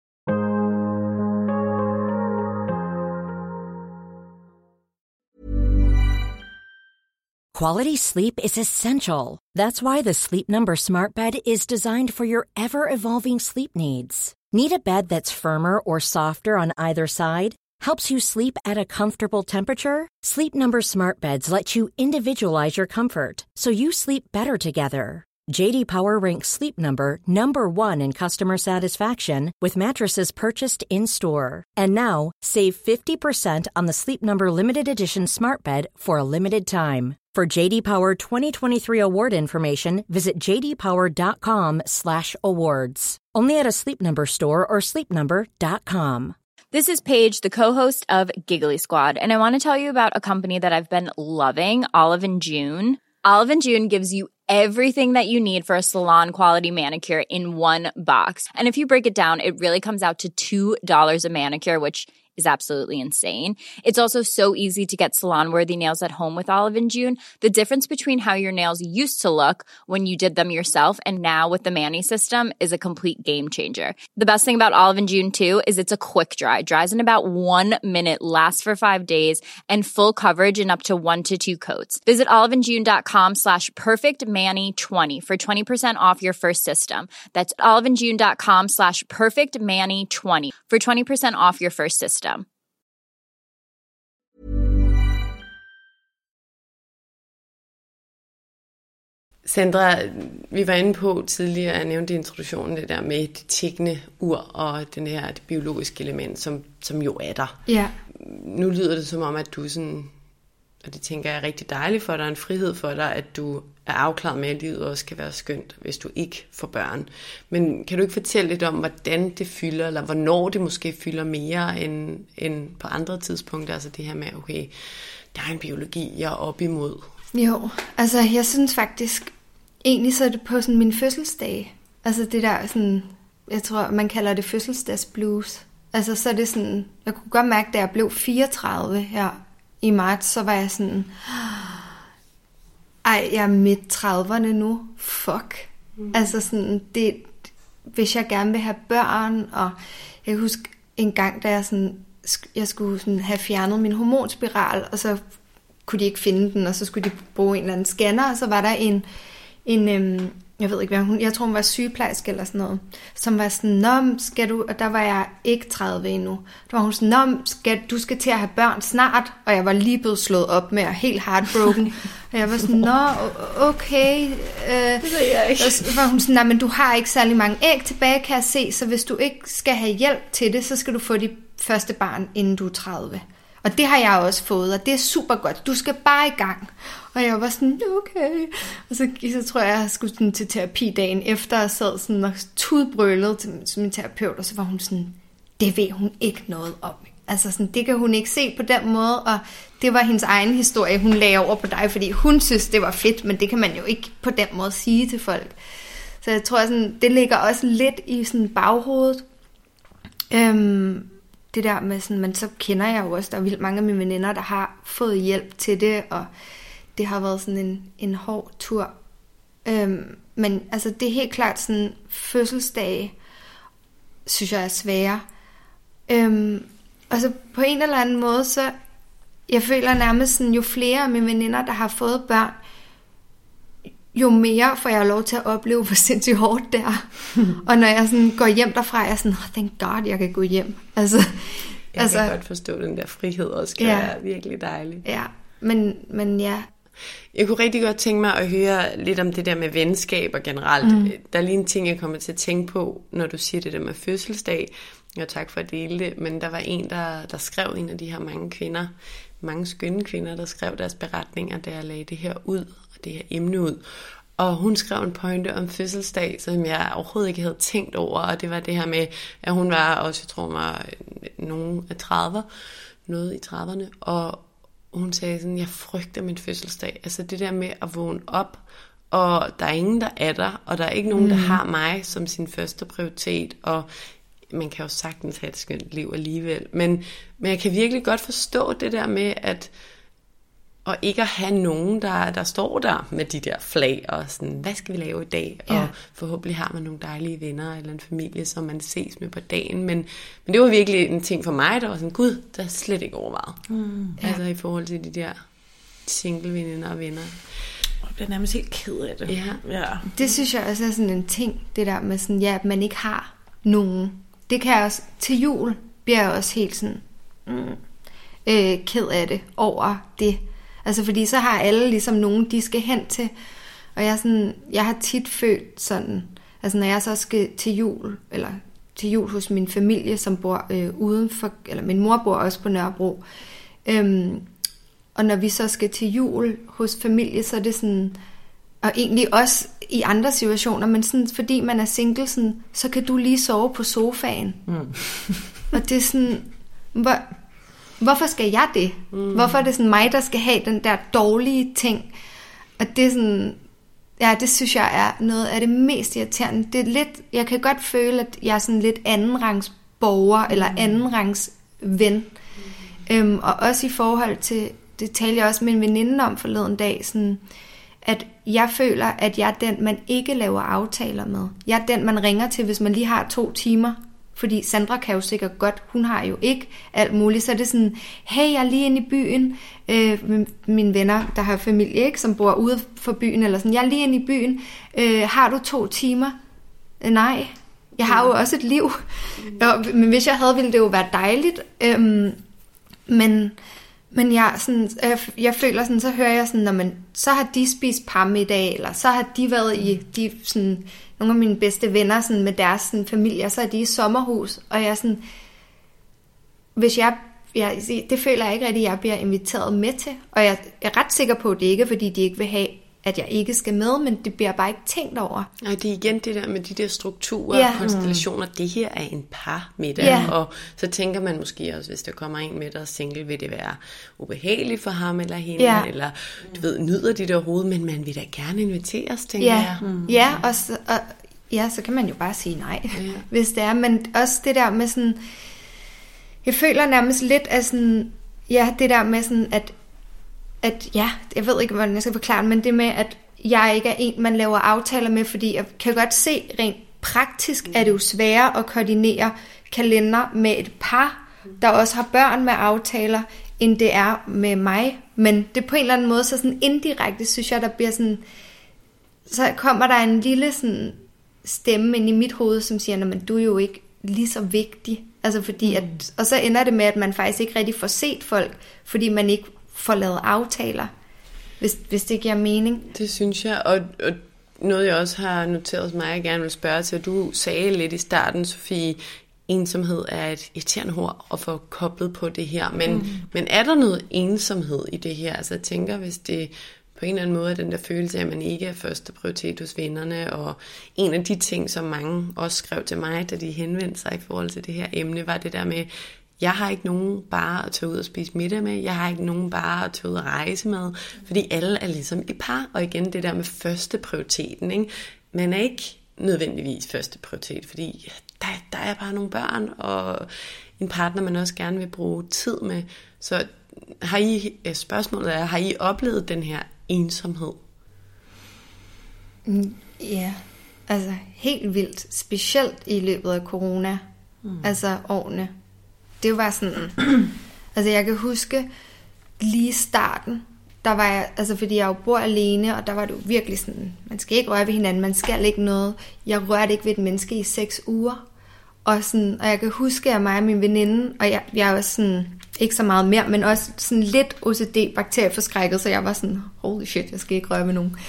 Quality sleep is essential. That's why the Sleep Number Smart Bed is designed for your ever-evolving sleep needs. Need a bed that's firmer or softer on either side? Helps you sleep at a comfortable temperature? Sleep Number Smart Beds let you individualize your comfort, so you sleep better together. J.D. Power ranks Sleep Number number 1 in customer satisfaction with mattresses purchased in-store. And now, save 50% on the Sleep Number Limited Edition Smart Bed for a limited time. For J.D. Power 2023 award information, visit jdpower.com/awards. Only at a Sleep Number store or sleepnumber.com.
This is Paige, the co-host of Giggly Squad, and I want to tell you about a company that I've been loving, Olive & June. Olive & June gives you everything that you need for a salon-quality manicure in one box. And if you break it down, it really comes out to $2 a manicure, which is absolutely insane. It's also so easy to get salon-worthy nails at home with Olive & June. The difference between how your nails used to look when you did them yourself and now with the Mani system is a complete game changer. The best thing about Olive & June, too, is it's a quick dry. Dries in about 1 minute, lasts for 5 days, and full coverage in up to 1 to 2 coats. Visit oliveandjune.com/perfectmani20 for 20% off your first system. That's oliveandjune.com/perfectmani20 for 20% off your first system.
Sandra, vi var inde på tidligere, jeg nævnte i introduktionen, det der med det tikkende ur og det biologiske element, som jo er der.
Ja.
Nu lyder det som om, at du sådan, og det tænker jeg er rigtig dejligt for dig, en frihed for dig, at du er afklaret med, at livet også kan være skønt, hvis du ikke får børn. Men kan du ikke fortælle lidt om, hvordan det fylder, eller hvornår det måske fylder mere end på andre tidspunkter? Altså det her med, okay, der er en biologi, jeg er op imod.
Jo, altså jeg synes faktisk, egentlig så er det på sådan min fødselsdag. Altså det der sådan, jeg tror man kalder det fødselsdagsblues. Altså så er det sådan, jeg kunne godt mærke, da jeg blev 34 her i marts, så var jeg sådan, ej, jeg er midt 30'erne nu, fuck. Altså sådan, det, hvis jeg gerne vil have børn, og jeg kan huske en gang, da jeg skulle sådan have fjernet min hormonspiral, og så kunne de ikke finde den, og så skulle de bruge en eller anden scanner, og så var der en jeg ved ikke hvad jeg tror hun var sygeplejerske eller sådan noget, som var sådan, skal du, og der var jeg ikke 30 endnu, der var hun sådan, du skal til at have børn snart, og jeg var lige blevet slået op med, helt heartbroken, og jeg var sådan, okay, det ved jeg ikke. Så var hun sådan, nej, men du har ikke særlig mange æg tilbage, kan jeg se, så hvis du ikke skal have hjælp til det, så skal du få dit første barn, inden du er 30. Og det har jeg også fået, og det er super godt. Du skal bare i gang. Og jeg var sådan, okay. Og så tror jeg skulle sådan til terapi dagen efter, og sad sådan og tudbrølede til min terapeut, og så var hun sådan, det ved hun ikke noget om. Altså sådan, det kan hun ikke se på den måde, og det var hendes egen historie, hun lagde over på dig, fordi hun synes, det var fedt, men det kan man jo ikke på den måde sige til folk. Så jeg tror, sådan, det ligger også lidt i sådan baghovedet. Det der med sådan, men så kender jeg jo også, der er vildt mange af mine veninder, der har fået hjælp til det, og det har været sådan en hård tur. Men altså, det er helt klart sådan, fødselsdage, synes jeg er svære. Og så på en eller anden måde, så jeg føler nærmest sådan, jo flere af mine veninder, der har fået børn, jo mere får jeg lov til at opleve, hvor sindssygt hårdt det er. Og når jeg sådan går hjem derfra, jeg er sådan, thank God, jeg kan gå hjem. Altså,
jeg kan godt forstå, den der frihed også kan være virkelig dejlig.
Ja, men ja.
Jeg kunne rigtig godt tænke mig at høre lidt om det der med venskaber generelt. Der er lige en ting, jeg kommer til at tænke på, når du siger det der med fødselsdag. Og tak for at dele det. Men der var en, der skrev, en af de her mange skønne kvinder, der skrev deres beretninger, da jeg lagde det her ud, og det her emne ud. Og hun skrev en pointe om fødselsdag, som jeg overhovedet ikke havde tænkt over, og det var det her med, at hun var også, jeg tror, var noget i 30'erne, og hun sagde sådan, jeg frygter min fødselsdag. Altså det der med at vågne op, og der er ingen, der er der, og der er ikke nogen, der har mig som sin første prioritet, og man kan jo sagtens have et skønt liv alligevel. Men jeg kan virkelig godt forstå det der med, og ikke at have nogen, der står der med de der flag, og sådan, hvad skal vi lave i dag? Ja. Og forhåbentlig har man nogle dejlige venner, eller en familie, som man ses med på dagen. Men det var virkelig en ting for mig, der var sådan, gud, der er slet ikke overvejet. Altså i forhold til de der single-veninder og venner.
Jeg bliver nærmest helt ked af det.
Ja. Det synes jeg også er sådan en ting, det der med sådan, at man ikke har nogen. Det kan jeg også, til jul bliver jeg også helt sådan ked af det over det. Altså fordi så har alle ligesom nogen, de skal hen til. Og jeg har tit følt sådan, altså når jeg så skal til jul hos min familie, som bor udenfor, eller min mor bor også på Nørrebro. Og når vi så skal til jul hos familie, så er det sådan, og egentlig også i andre situationer, men sådan, fordi man er single, sådan, så kan du lige sove på sofaen. Og det er sådan, hvorfor skal jeg det? Hvorfor er det sådan mig, der skal have den der dårlige ting? Og det er sådan, ja, det synes jeg er noget af det mest irriterende. Det er lidt, jeg kan godt føle, at jeg er sådan lidt andenrangs borger, eller andenrangs ven. Og også i forhold til, det talte jeg også med en veninde om forleden dag, sådan, at jeg føler, at jeg er den, man ikke laver aftaler med. Jeg er den, man ringer til, hvis man lige har 2 timer. Fordi Sandra kan jo sikkert godt, hun har jo ikke alt muligt. Så er det sådan, hey, jeg er lige inde i byen. Mine venner, der har familie, ikke, som bor ude for byen, eller sådan, jeg er lige inde i byen. Har du 2 timer? Nej, jeg har jo også et liv. Men hvis jeg havde, ville det jo være dejligt. Men Men jeg føler sådan, så hører jeg sådan, så har de spist parmiddag, eller så har de været i sådan, nogle af mine bedste venner sådan, med deres sådan, familie, så er de i sommerhus, og jeg sådan, hvis det føler jeg ikke rigtig, at jeg bliver inviteret med til, og jeg er ret sikker på, at det ikke er, fordi de ikke vil have, at jeg ikke skal med, men det bliver bare ikke tænkt over.
Nej, det er igen det der med de der strukturer og konstellationer. Det her er en parmiddag, og så tænker man måske også, hvis der kommer en med, der er single, vil det være ubehageligt for ham eller hende, eller du ved, nyder de det overhovedet, men man vil da gerne inviteres, tænker jeg.
Ja, og så kan man jo bare sige nej, hvis det er, men også det der med sådan, jeg føler nærmest lidt af sådan, det der med sådan, at jeg ved ikke, hvordan jeg skal forklare det, men det med, at jeg ikke er en, man laver aftaler med, fordi jeg kan godt se, rent praktisk er det jo sværere at koordinere kalender med et par, der også har børn med aftaler, end det er med mig. Men det på en eller anden måde, så sådan indirekte, synes jeg, der bliver sådan, så kommer der en lille sådan stemme ind i mit hoved, som siger, men du er jo ikke lige så vigtig. Altså fordi, og så ender det med, at man faktisk ikke rigtig får set folk, fordi man ikke får lavet aftaler, hvis det giver mening. Det synes jeg, og noget jeg også har noteret hos mig, jeg gerne vil spørge til, du sagde lidt i starten, Sofie, ensomhed er et irriterende ord at få koblet på det her, men er der noget ensomhed i det her? Altså jeg tænker, hvis det på en eller anden måde er den der følelse af, at man ikke er første prioritet hos vennerne, og en af de ting, som mange også skrev til mig, da de henvendte sig i forhold til det her emne, var det der med, jeg har ikke nogen bare at tage ud og spise middag med, jeg har ikke nogen bare at tage ud og rejse med, fordi alle er ligesom i par, og igen det der med første prioriteten, ikke? Man er ikke nødvendigvis første prioritet, fordi der er bare nogle børn, og en partner, man også gerne vil bruge tid med. Så spørgsmålet er, har I oplevet den her ensomhed? Ja, altså helt vildt, specielt i løbet af corona, altså årene. Det var sådan, altså jeg kan huske lige starten, der var jeg, altså fordi jeg jo bor alene, og der var det jo virkelig sådan, man skal ikke røre ved hinanden, man skal ikke noget. Jeg rørte ikke ved et menneske i 6 uger. Og jeg kan huske, at mig og min veninde, og jeg er også sådan, ikke så meget mere, men også sådan lidt OCD-bakterieforskrækket, så jeg var sådan, holy shit, jeg skal ikke røre ved nogen.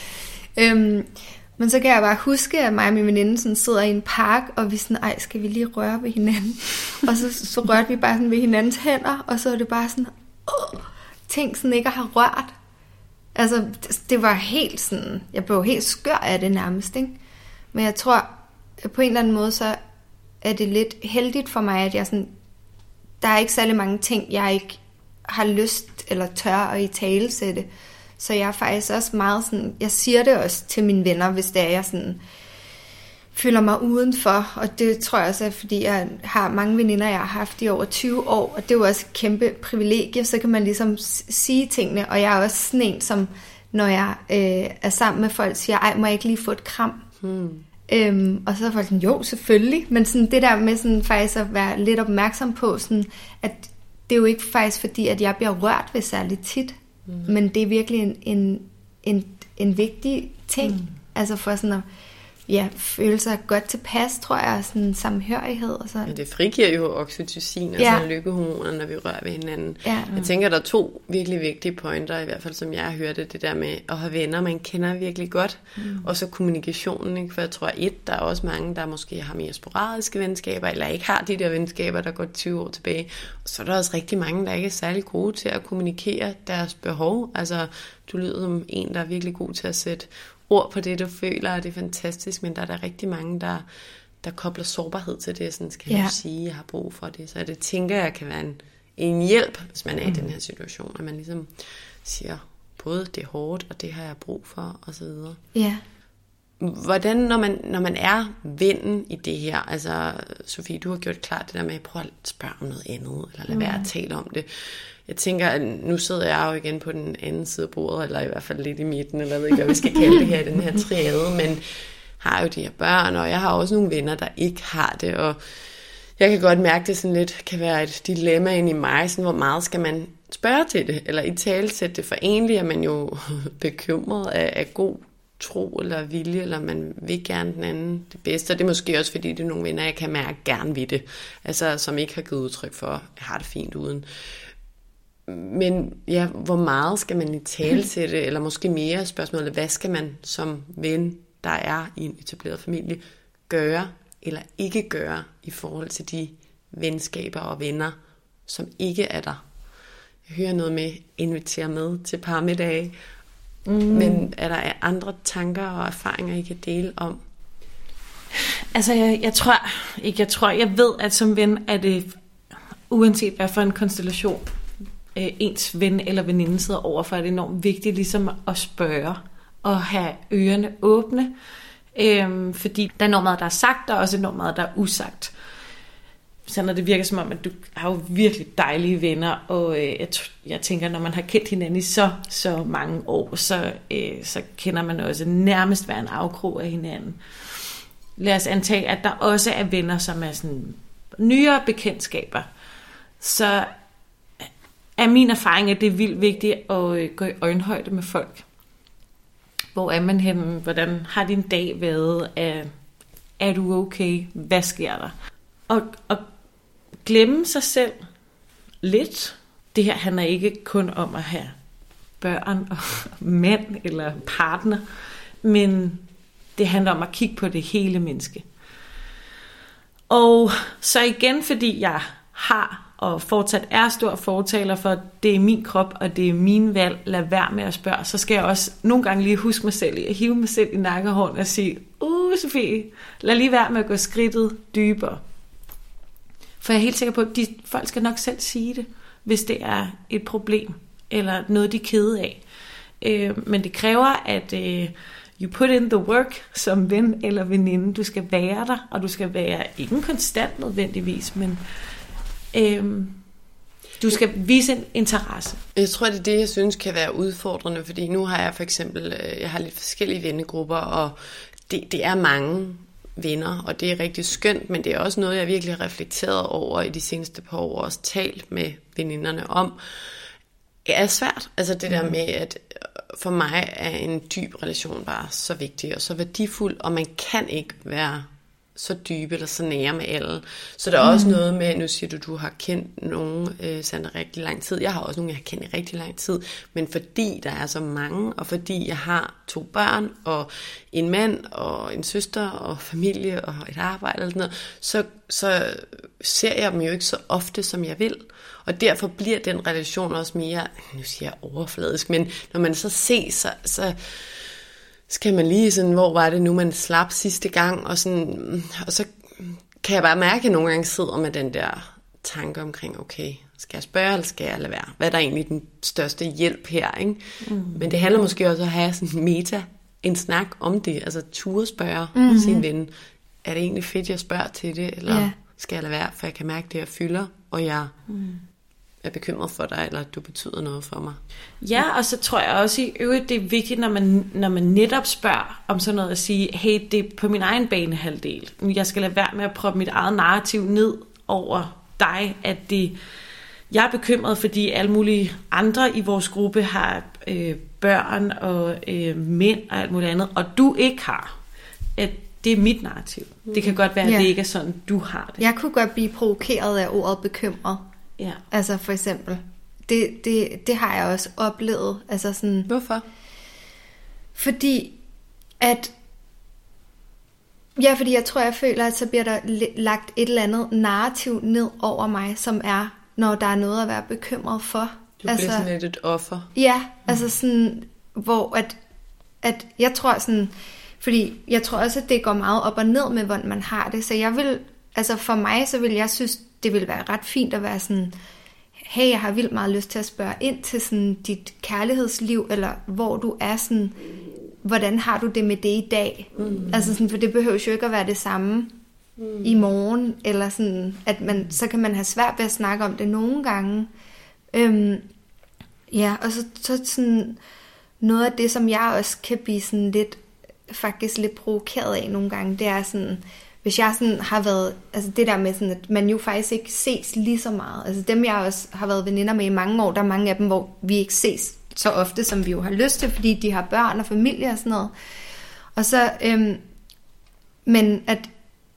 Men så kan jeg bare huske, at mig og min veninde sådan sidder i en park, og vi sådan, skal vi lige røre ved hinanden? Og så rørte vi bare sådan ved hinandens hænder, og så var det bare sådan, ting sådan ikke at have rørt. Altså, det var helt sådan, jeg blev helt skør af det nærmest, ikke? Men jeg tror, at på en eller anden måde, så er det lidt heldigt for mig, at jeg sådan, der er ikke særlig mange ting, jeg ikke har lyst eller tør at italesætte. Så jeg er faktisk også meget sådan, jeg siger det også til mine venner, hvis det er, jeg sådan føler mig udenfor. Og det tror jeg også er, fordi jeg har mange veninder, jeg har haft i over 20 år. Og det er jo også et kæmpe privilegie, så kan man ligesom sige tingene. Og jeg er også sådan en, som når jeg er sammen med folk, siger, må jeg ikke lige få et kram? Og så er folk sådan, jo, selvfølgelig. Men sådan det der med sådan faktisk at være lidt opmærksom på, sådan, at det er jo ikke faktisk fordi, at jeg bliver rørt ved særligt tit. Men det er virkelig en vigtig ting. Altså for sådan at føle sig godt tilpas, tror jeg, sådan samhørighed og sådan.
Ja, det frigiver jo oxytocin, altså lykkehormoner, når vi rører ved hinanden. Jeg tænker, der er 2 virkelig vigtige pointer, i hvert fald som jeg har hørt det der med at have venner, man kender virkelig godt, og så kommunikationen, ikke? For jeg tror, der er også mange, der måske har mere sporadiske venskaber, eller ikke har de der venskaber, der går 20 år tilbage. Og så er der også rigtig mange, der ikke er særlig gode til at kommunikere deres behov. Altså, du lyder som en, der er virkelig god til at sætte ord på det, du føler, og det er fantastisk, men der er der rigtig mange, der kobler sårbarhed til det, sådan skal jeg sige, jeg har brug for det. Så det tænker jeg kan være en hjælp, hvis man er i den her situation, at man ligesom siger, både det er hårdt, og det har jeg brug for, og så videre.
Ja.
Hvordan, når man er vennen i det her, altså Sofie, du har gjort klart det der med, prøv at spørge om noget andet, eller lad være at tale om det. Jeg tænker, at nu sidder jeg jo igen på den anden side af bordet, eller i hvert fald lidt i midten, eller jeg ved ikke, hvad vi skal kalde det her, den her triade, men har jo de her børn, og jeg har også nogle venner, der ikke har det, og jeg kan godt mærke, det sådan lidt kan være et dilemma inde i mig, sådan, hvor meget skal man spørge til det, eller i talesætte det, for egentlig er man jo bekymret af god tro eller vilje, eller man vil gerne den anden det bedste, og det er måske også, fordi det er nogle venner, jeg kan mærke gerne ved det, altså som ikke har givet udtryk for, jeg har det fint uden. Men ja, hvor meget skal man i talesætte, eller måske mere spørgsmålet, hvad skal man som ven, der er i en etableret familie, gøre eller ikke gøre i forhold til de venskaber og venner, som ikke er der? Jeg hører noget med invitere med til parmiddage, men er der andre tanker og erfaringer, I kan dele om?
Altså, jeg ved, at som ven er det, uanset hvad for en konstellation, ens ven eller veninde sidder overfor, er det enormt vigtigt ligesom at spørge og have ørerne åbne, fordi der er enormt meget, der er sagt, og også enormt meget, der er usagt. Så når det virker som om, at du har jo virkelig dejlige venner, og jeg tænker, når man har kendt hinanden i så mange år, så kender man også nærmest hver en afkrog af hinanden. Lad os antage, at der også er venner, som er sådan nyere bekendtskaber. Så er min erfaring, at det er vildt vigtigt at gå i øjenhøjde med folk. Hvor er man henne? Hvordan har din dag været? Er du okay? Hvad sker der? Og glemme sig selv lidt. Det her handler ikke kun om at have børn og mænd eller partner, men det handler om at kigge på det hele menneske. Og så igen, fordi jeg har og fortsat er stor fortaler for, at det er min krop, og det er min valg, lad være med at spørge, så skal jeg også nogle gange lige huske mig selv i at hive mig selv i nakkehånden og sige, Sofie, lad lige være med at gå skridtet dybere. For jeg er helt sikker på, at folk skal nok selv sige det, hvis det er et problem, eller noget, de er kede af. Men det kræver, at you put in the work som ven eller veninde. Du skal være der, og du skal være ikke konstant nødvendigvis, men du skal vise en interesse.
Jeg tror, det er det, jeg synes kan være udfordrende, fordi nu har jeg for eksempel, jeg har lidt forskellige vennegrupper, og det er mange venner, og det er rigtig skønt, men det er også noget, jeg virkelig har reflekteret over i de seneste par år, og også talt med veninderne om. Det er svært, altså det der med, at for mig er en dyb relation bare så vigtig og så værdifuld, og man kan ikke være så dybe eller så nære med alle. Så der er også noget med, nu siger du har kendt nogen, Sandra, rigtig lang tid. Jeg har også nogen, jeg har kendt i rigtig lang tid. Men fordi der er så mange, og fordi jeg har 2 børn, og en mand, og en søster, og familie, og et arbejde, eller sådan noget, så ser jeg dem jo ikke så ofte, som jeg vil. Og derfor bliver den relation også mere, nu siger jeg overfladisk, men når man så ses, så skal man lige sådan, hvor var det nu, man slap sidste gang, og så kan jeg bare mærke, at jeg nogle gange sidder med den der tanke omkring, okay, skal jeg spørge, eller skal jeg lade være? Hvad er der egentlig den største hjælp her, ikke? Men det handler måske også om at have sådan en snak om det, altså turde spørge sin ven, er det egentlig fedt, jeg spørger til det, eller skal jeg lade være, for jeg kan mærke det, jeg fylder, og jeg er bekymret for dig, eller at du betyder noget for mig.
Ja, og så tror jeg også i øvrigt, det er vigtigt, når man netop spørger om sådan noget, at sige, hey, det er på min egen banehalvdel. Jeg skal lade være med at proppe mit eget narrativ ned over dig, at jeg er bekymret, fordi alle mulige andre i vores gruppe har børn og mænd og alt muligt andet, og du ikke har. At det er mit narrativ. Det kan godt være, at det ikke er sådan, du har det.
Jeg kunne godt blive provokeret af ordet bekymret. Ja. Altså for eksempel. Det har jeg også oplevet. Altså sådan,
hvorfor?
Fordi jeg tror, jeg føler, at så bliver der lagt et eller andet narrativ ned over mig, som er, når der er noget at være bekymret for.
Du bliver sådan lidt et offer.
Ja, altså sådan, hvor at jeg tror sådan, fordi jeg tror også, at det går meget op og ned med, hvordan man har det. Så jeg vil, altså for mig, så vil jeg synes, det ville være ret fint at være sådan, hey, jeg har vildt meget lyst til at spørge ind til sådan dit kærlighedsliv, eller hvor du er sådan, hvordan har du det med det i dag? Altså sådan, for det behøver jo ikke at være det samme i morgen, eller sådan, at så kan man have svært ved at snakke om det nogle gange. Ja, og så sådan noget af det, som jeg også kan blive sådan faktisk lidt provokeret af nogle gange, det er sådan, hvis jeg sådan har været, altså det der med sådan, at man jo faktisk ikke ses lige så meget. Altså dem, jeg også har været veninder med i mange år, der er mange af dem, hvor vi ikke ses så ofte, som vi jo har lyst til, fordi de har børn og familie og sådan noget. Og så, men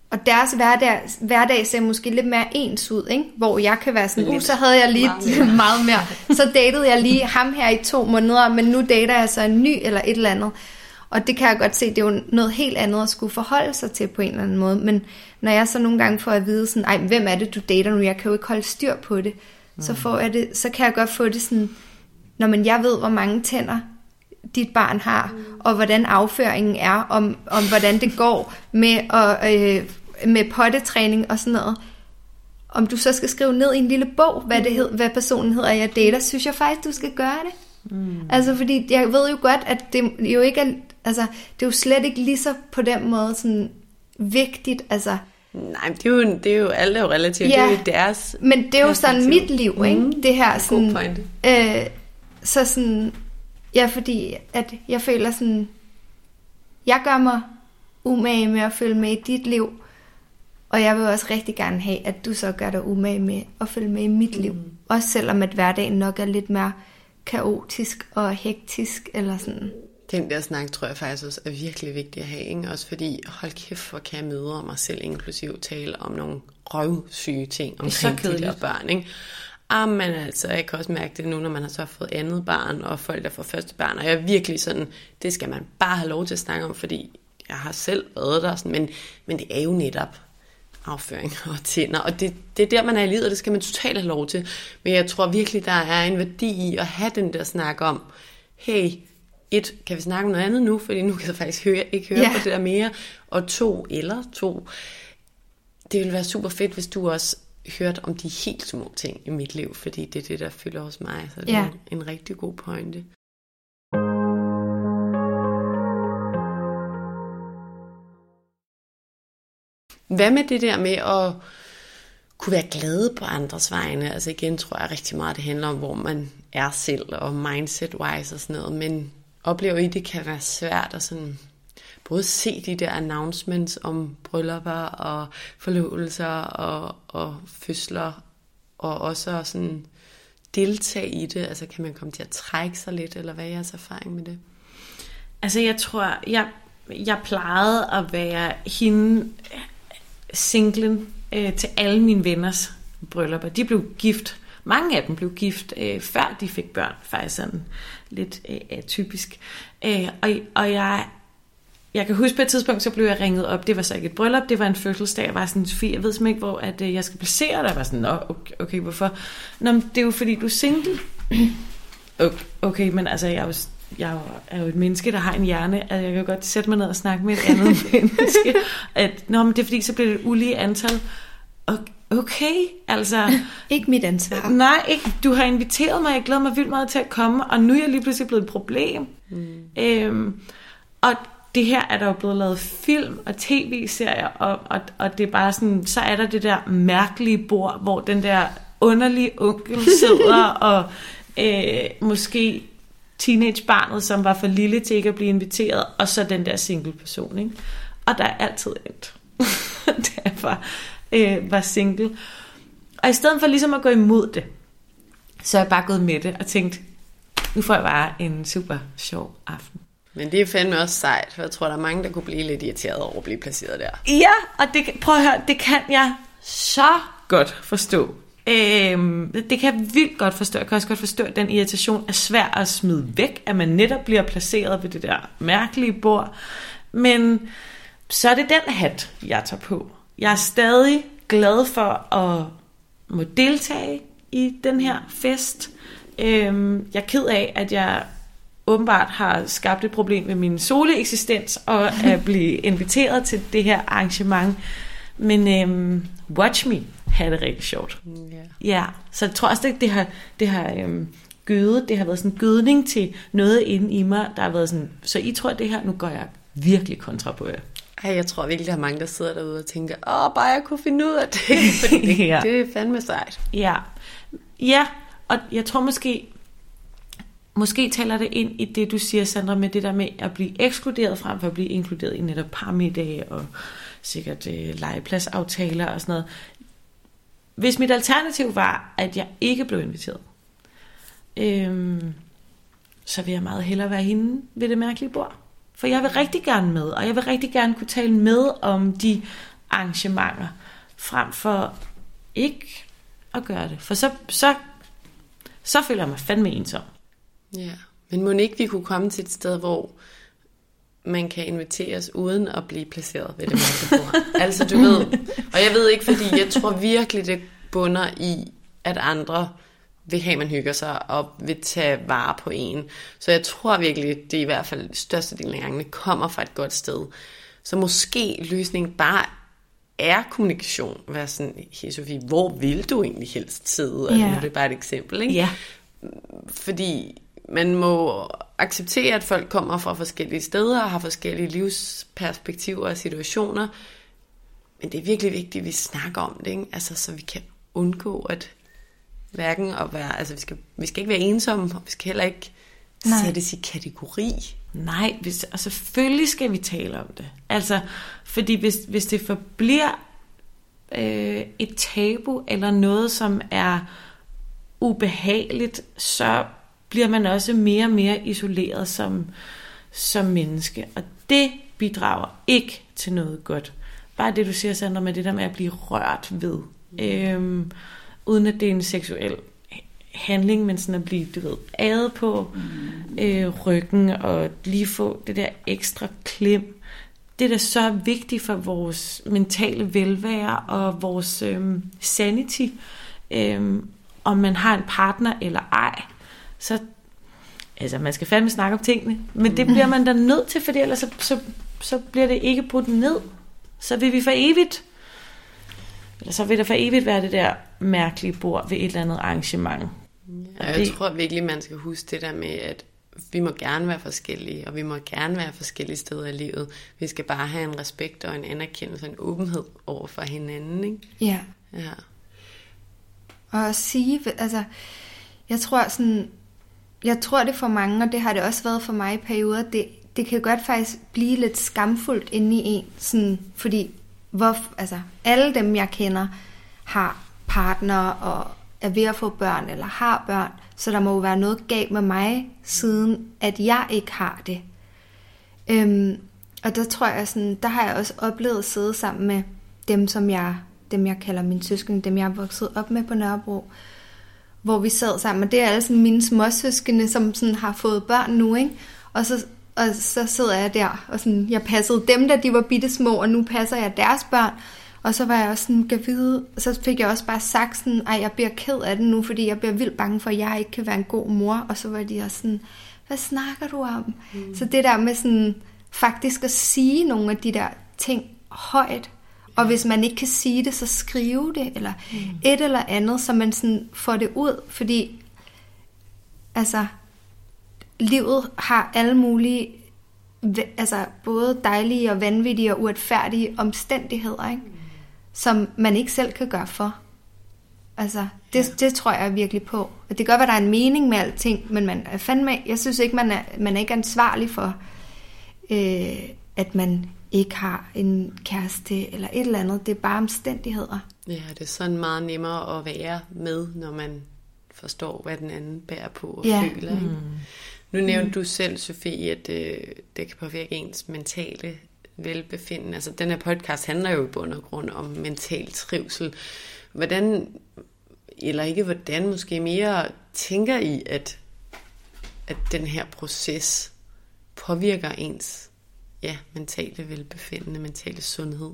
Og deres hverdag ser måske lidt mere ens ud, ikke? Hvor jeg kan være sådan, så havde jeg lige meget mere. Så datede jeg lige ham her i 2 måneder, men nu dater jeg så en ny eller et eller andet. Og det kan jeg godt se, det er jo noget helt andet at skulle forholde sig til på en eller anden måde. Men når jeg så nogle gange får at vide sådan, ej, hvem er det, du dater nu? Jeg kan jo ikke holde styr på det. Så kan jeg godt få det sådan, når man jeg ved, hvor mange tænder dit barn har, og hvordan afføringen er, om hvordan det går med pottetræning og sådan noget. Om du så skal skrive ned i en lille bog, hvad personen hedder, jeg dater, synes jeg faktisk, du skal gøre det. Altså, fordi jeg ved jo godt, at det jo ikke er, altså, det er jo slet ikke lige så på den måde sådan vigtigt, altså.
Nej, det er jo alle er jo relativt, det er jo deres.
Men det er jo sådan mit liv, ikke? Det her sådan, så sådan, ja, fordi at jeg føler sådan, jeg gør mig umage med at følge med i dit liv, og jeg vil også rigtig gerne have, at du så gør dig umage med at følge med i mit liv. Også selvom at hverdagen nok er lidt mere kaotisk og hektisk, eller sådan.
Den der snak, tror jeg faktisk også er virkelig vigtig at have, ikke? Også fordi, hold kæft, hvor kan jeg møde mig selv inklusiv tale om nogle røvsyge ting omkring de der børn, ikke? Men altså, jeg kan også mærke det nu, når man har så fået andet barn, og folk, der får første barn, og jeg er virkelig sådan, det skal man bare have lov til at snakke om, fordi jeg har selv været der, sådan, men det er jo netop afføring og tænder, og det er der, man er i livet, og det skal man totalt have lov til. Men jeg tror virkelig, der er en værdi i at have den der snak om, hey, 1, kan vi snakke om noget andet nu, fordi nu kan jeg faktisk ikke høre på det der mere, og 2, det ville være super fedt, hvis du også hørte om de helt små ting i mit liv, fordi det er det, der fylder hos mig, så det er en rigtig god pointe. Hvad med det der med at kunne være glade på andres vegne? Altså igen tror jeg rigtig meget, det handler om, hvor man er selv, og mindset-wise og sådan noget, men oplever I, det kan være svært at sådan både se de der announcements om bryllupper og forlovelser og fødsler, og også sådan deltage i det? Altså kan man komme til at trække sig lidt, eller hvad er jeres erfaring med det?
Altså jeg tror, jeg plejede at være hende singlen til alle mine venners bryllupper. De blev gift. Mange af dem blev gift, før de fik børn, faktisk sådan lidt atypisk. Og jeg kan huske på et tidspunkt, så blev jeg ringet op. Det var så ikke et bryllup, det var en fødselsdag. Jeg var sådan, Sofie, jeg ved simpelthen ikke, hvor at, jeg skal placere dig. Jeg var sådan, okay, hvorfor? Nå, men det er jo fordi, du er single. Okay, men altså, jeg er jo et menneske, der har en hjerne. Altså, jeg kan godt sætte mig ned og snakke med et andet menneske. Men det er fordi, så bliver det et ulige antal. Okay, altså.
Ikke mit ansvar.
Nej, ikke. Du har inviteret mig, jeg glæder mig vildt meget til at komme, og nu er jeg lige pludselig blevet et problem. Og det her er der jo blevet lavet film og tv-serier, og det er bare sådan, så er der det der mærkelige bord, hvor den der underlige onkel sidder, og måske teenagebarnet, som var for lille til ikke at blive inviteret, og så den der single person, ikke? Og der er altid endt. Derfor var single. Og i stedet for ligesom at gå imod det, så er jeg bare gået med det og tænkt, nu får jeg bare en super sjov aften.
Men det er fandme også sejt, for jeg tror, der er mange, der kunne blive lidt irriteret over at blive placeret der.
Ja, og prøv at høre, det kan jeg så godt forstå. Det kan jeg vildt godt forstå. Jeg kan også godt forstå, at den irritation er svær at smide væk, at man netop bliver placeret ved det der mærkelige bord. Men så er det den hat, jeg tager på. Jeg er stadig glad for at må deltage i den her fest. Jeg er ked af, at jeg åbenbart har skabt et problem med min sole-eksistens og at blive inviteret til det her arrangement. Men watch me have det rigtig sjovt. Ja, så jeg tror også, det har gødet. Det har været sådan en gødning til noget inde i mig, der har været sådan, så I tror, at det her, nu går jeg virkelig kontra på jer.
Ej, jeg tror virkelig, der er mange, der sidder derude og tænker, bare jeg kunne finde ud af det, fordi det er fandme sejt.
Ja, og jeg tror måske taler det ind i det, du siger, Sandra, med det der med at blive ekskluderet frem for at blive inkluderet i netop parmiddage og sikkert legepladsaftaler og sådan noget. Hvis mit alternativ var, at jeg ikke blev inviteret, så vil jeg meget hellere være hende ved det mærkelige bord. For jeg vil rigtig gerne med, og jeg vil rigtig gerne kunne tale med om de arrangementer, frem for ikke at gøre det. For så føler jeg mig fandme ensom.
Ja, men må ikke vi kunne komme til et sted, hvor man kan inviteres uden at blive placeret ved det mørke bord? Altså du ved, og jeg ved ikke, fordi jeg tror virkelig, det bunder i, at andre vil have, man hygger sig og vil tage vare på en. Så jeg tror virkelig, det i hvert fald størstedelen af gangene kommer fra et godt sted. Så måske løsningen bare er kommunikation. Være sådan, hey Sofie, hvor vil du egentlig helst sidde? Ja. Det er bare et eksempel, ikke?
Ja.
Fordi man må acceptere, at folk kommer fra forskellige steder og har forskellige livsperspektiver og situationer. Men det er virkelig vigtigt, at vi snakker om det, ikke? Altså, så vi kan undgå at hverken at være, altså vi skal ikke være ensomme, og vi skal heller ikke sættes i kategori.
Nej, og selvfølgelig skal vi tale om det. Altså, fordi hvis det forbliver et tabu eller noget, som er ubehageligt, så bliver man også mere og mere isoleret som menneske. Og det bidrager ikke til noget godt. Bare det, du siger, Sandra, med det der med at blive rørt ved. Uden at det er en seksuel handling, men sådan at blive, du ved, adet på ryggen og lige få det der ekstra klem. Det er da så vigtigt for vores mentale velvære og vores sanity. Om man har en partner eller ej. Så altså, man skal fandme snakke om tingene. Men det bliver man da nødt til, fordi ellers så bliver det ikke brudt ned. Så vil vi for evigt, eller så vil der for evigt være det der mærkelige bord ved et eller andet arrangement.
Ja, jeg tror virkelig, man skal huske det der med, at vi må gerne være forskellige, og vi må gerne være forskellige steder i livet. Vi skal bare have en respekt og en anerkendelse og en åbenhed over for hinanden, ikke?
Ja. Og at sige, altså, jeg tror det for mange, og det har det også været for mig i perioder, det kan godt faktisk blive lidt skamfuldt inde i en, sådan, fordi alle dem, jeg kender, har partner og er ved at få børn, eller har børn, så der må jo være noget galt med mig, siden at jeg ikke har det. Og der tror jeg sådan, der har jeg også oplevet at sidde sammen med dem jeg kalder mine søskende, dem jeg er vokset op med på Nørrebro, hvor vi sad sammen, og det er alle sådan mine småsøskende, som sådan har fået børn nu, ikke? Og så sidder jeg der, og sådan, jeg passede dem, da de var bitte små, og nu passer jeg deres børn. Og så var jeg også sådan gravid, og så fik jeg også bare sagt sådan, jeg bliver ked af det nu, fordi jeg bliver vildt bange for, at jeg ikke kan være en god mor. Og så var de også sådan, hvad snakker du om? Så det der med sådan, faktisk at sige nogle af de der ting højt, og hvis man ikke kan sige det, så skrive det, eller et eller andet, så man sådan får det ud, fordi altså, livet har alle mulige, altså både dejlige og vanvittige og uretfærdige omstændigheder, ikke? Som man ikke selv kan gøre for. Altså, det tror jeg virkelig på. Og det kan godt være, der er en mening med alting, men man er fandme, jeg synes ikke, man er ikke ansvarlig for, at man ikke har en kæreste eller et eller andet. Det er bare omstændigheder. Ja,
det er sådan meget nemmere at være med, når man forstår, hvad den anden bærer på og føler. Ikke? Nu nævnte du selv, Sofie, at det kan påvirke ens mentale velbefindende. Altså, den her podcast handler jo i bund og grund om mental trivsel. Hvordan, eller ikke hvordan, måske mere tænker I, at den her proces påvirker ens mentale velbefindende, mentale sundhed?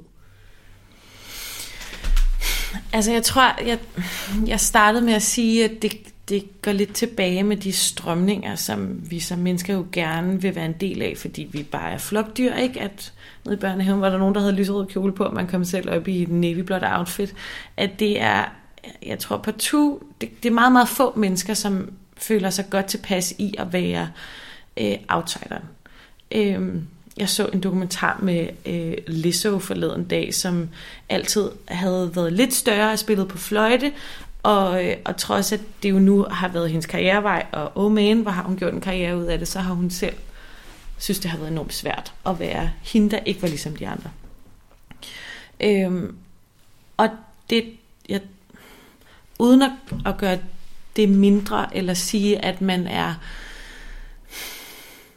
Altså, jeg tror, jeg startede med at sige, at det går lidt tilbage med de strømninger, som vi som mennesker jo gerne vil være en del af, fordi vi bare er flokdyr, ikke? At nede i børnehaven var der nogen, der havde lyserød kjole på, og man kom selv op i et navyblåt outfit. At det er, jeg tror det er meget, meget få mennesker, som føler sig godt tilpas i at være outsideren. Jeg så en dokumentar med Lizzo forleden dag, som altid havde været lidt større og spillet på fløjte, og trods at det jo nu har været hendes karrierevej, og hvor har hun gjort en karriere ud af det, så har hun selv synes, det har været enormt svært at være hende, der ikke var ligesom de andre. Og det, uden at gøre det mindre, eller sige, at man er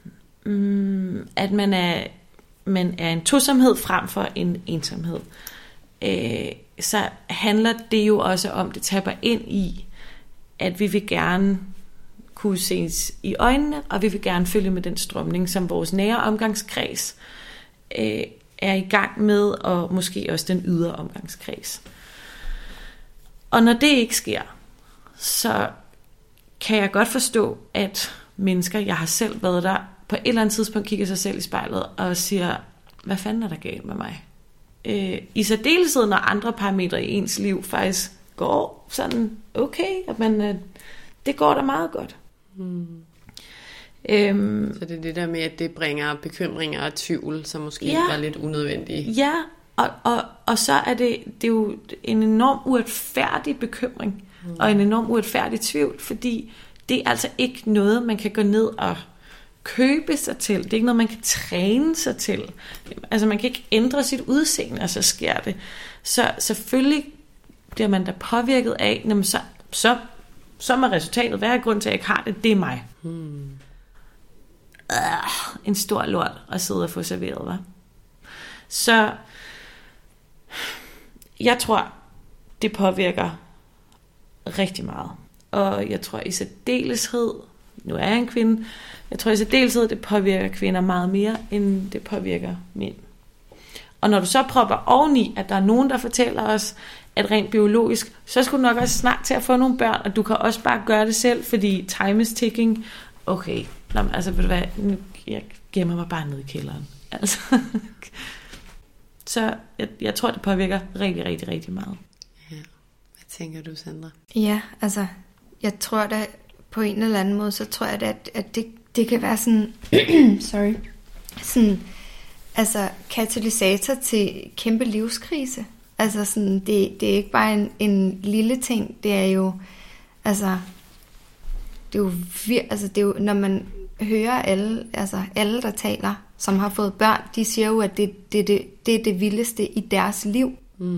man er en tosomhed frem for en ensomhed, så handler det jo også om, det tapper ind i, at vi vil gerne kunne ses i øjnene, og vi vil gerne følge med den strømning, som vores nære omgangskreds er i gang med, og måske også den ydre omgangskreds. Og når det ikke sker, så kan jeg godt forstå, at mennesker, jeg har selv været der, på et eller andet tidspunkt kigger sig selv i spejlet og siger, hvad fanden er der galt med mig? I særdeleshed, når andre parametre i ens liv faktisk går sådan okay, at man, det går da meget godt.
Så det er det der med, at det bringer bekymringer og tvivl, som måske var lidt unødvendige.
Ja, og så er det er jo en enorm uretfærdig bekymring, og en enorm uretfærdig tvivl, fordi det er altså ikke noget, man kan gå ned og købe sig til. Det er ikke noget, man kan træne sig til. Altså man kan ikke ændre sit udseende, og så sker det. Så selvfølgelig bliver man da påvirket af, jamen så må resultatet være, grund til, at jeg ikke har det, det er mig. En stor lort at sidde og få serveret, hva'? Så jeg tror, det påvirker rigtig meget. Og jeg tror i særdeleshed, nu er jeg en kvinde, jeg tror i særdeleshed, det påvirker kvinder meget mere, end det påvirker mænd. Og når du så propper oveni, at der er nogen, der fortæller os, at rent biologisk, så skulle du nok også snart til at få nogle børn, og du kan også bare gøre det selv, fordi time is ticking. Okay, altså ved du hvad, jeg gemmer mig bare ned i kælderen. Altså. Så jeg tror, det påvirker rigtig, rigtig, rigtig meget.
Ja. Hvad tænker du, Sandra?
Ja, altså, jeg tror da på en eller anden måde, så tror jeg da, at det kan være sådan, sådan, altså katalysator til kæmpe livskrise. Altså sådan, det er ikke bare en lille ting, det er jo, altså, det er jo, når man hører alle, der taler, som har fået børn, de siger jo, at det er det vildeste i deres liv.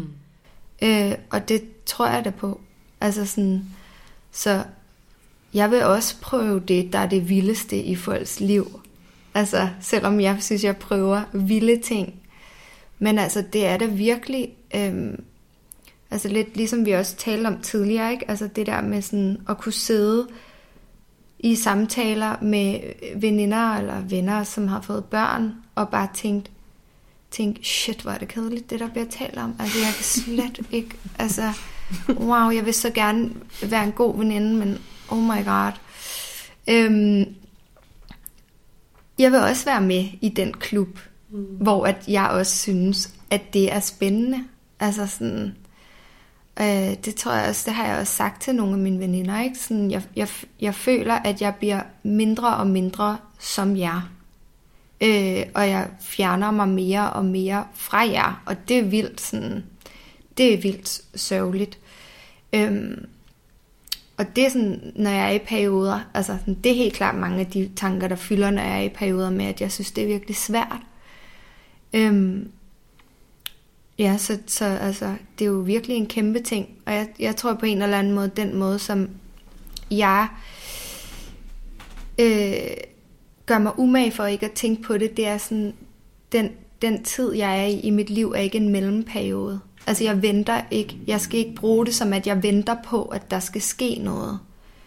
Og det tror jeg da på. Altså sådan, så jeg vil også prøve det, der er det vildeste i folks liv. Altså, selvom jeg synes, jeg prøver vilde ting. Men altså, det er da virkelig, altså lidt ligesom vi også talte om tidligere, ikke? Altså det der med sådan at kunne sidde i samtaler med veninder eller venner, som har fået børn, og bare tænke, shit, hvor er det kedeligt, det der bliver talt om. Altså jeg kan slet ikke, altså, wow, jeg vil så gerne være en god veninde, men oh my god. Jeg vil også være med i den klub, hvor at jeg også synes, at det er spændende. Altså sådan, det tror jeg også, det har jeg også sagt til nogle af mine veninder, ikke? Sådan, jeg føler, at jeg bliver mindre og mindre som jer. Og jeg fjerner mig mere og mere fra jer, og det er vildt sådan, det er vildt sørgeligt. Og det er sådan, når jeg er i perioder, altså sådan, det er helt klart mange af de tanker, der fylder, når jeg er i perioder med, at jeg synes, det er virkelig svært. Ja, så altså, det er jo virkelig en kæmpe ting, og jeg tror på en eller anden måde, den måde, som jeg gør mig umage for ikke at tænke på det, det er sådan, den tid, jeg er i mit liv, er ikke en mellemperiode. Altså jeg venter ikke, jeg skal ikke bruge det som, at jeg venter på, at der skal ske noget.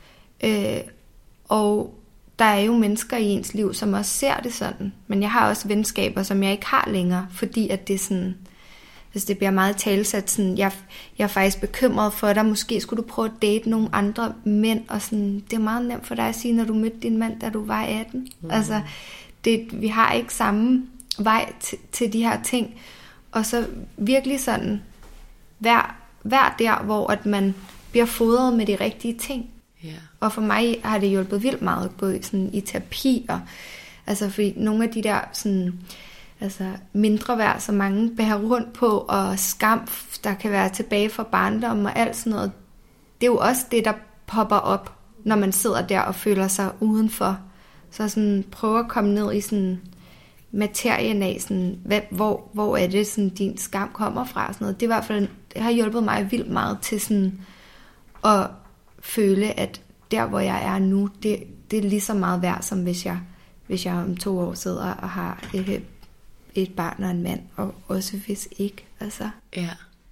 Og der er jo mennesker i ens liv, som også ser det sådan. Men jeg har også venskaber, som jeg ikke har længere, fordi at det sådan, hvis det bliver meget talsat, sådan, jeg er faktisk bekymret for dig, måske skulle du prøve at date nogle andre mænd, og sådan, det er meget nemt for dig at sige, når du mødte din mand, da du var 18. Altså, vi har ikke samme vej til de her ting. Og så virkelig sådan, hver der, hvor at man bliver fodret med de rigtige ting.
Yeah.
Og for mig har det hjulpet vildt meget at gå sådan, i terapi, og altså fordi nogle af de der sådan, altså mindre værd, som mange bærer rundt på, og skam, der kan være tilbage fra barndom og alt sådan noget, det er jo også det, der popper op, når man sidder der og føler sig udenfor. Så sådan prøve at komme ned i sådan materien af, sådan, hvor er det, sådan, din skam kommer fra. Sådan noget. Det, er i hvert fald, det har hjulpet mig vildt meget til sådan, at føle, at der, hvor jeg er nu, det er lige så meget værd, som hvis jeg om 2 år sidder og har et barn og en mand, og også hvis ikke. Altså.
Ja,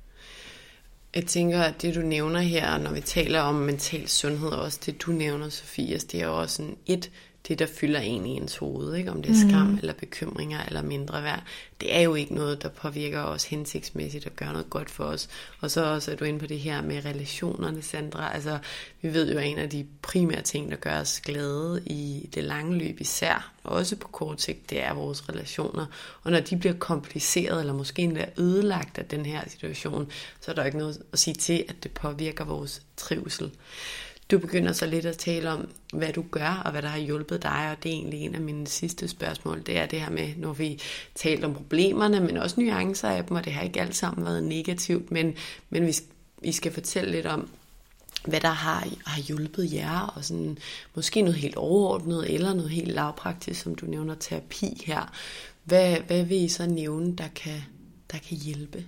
Jeg tænker, at det du nævner her, når vi taler om mental sundhed, også det du nævner, Sofie, det er jo også sådan det der fylder en i ens hoved, ikke? Om det er skam eller bekymringer eller mindre værd. Det er jo ikke noget, der påvirker os hensigtsmæssigt og gør noget godt for os. Og så også er du inde på det her med relationerne, Sandra. Altså, vi ved jo, at en af de primære ting, der gør os glade i det lange løb især, også på kort sigt, det er vores relationer. Og når de bliver kompliceret eller måske endda ødelagt af den her situation, så er der ikke noget at sige til, at det påvirker vores trivsel. Du begynder så lidt at tale om, hvad du gør, og hvad der har hjulpet dig, og det er egentlig en af mine sidste spørgsmål. Det er det her med, når vi taler om problemerne, men også nuancer af dem, og det har ikke alt sammen været negativt, men vi skal fortælle lidt om, hvad der har hjulpet jer, og sådan, måske noget helt overordnet, eller noget helt lavpraktisk, som du nævner, terapi her. Hvad vil I så nævne, der kan hjælpe?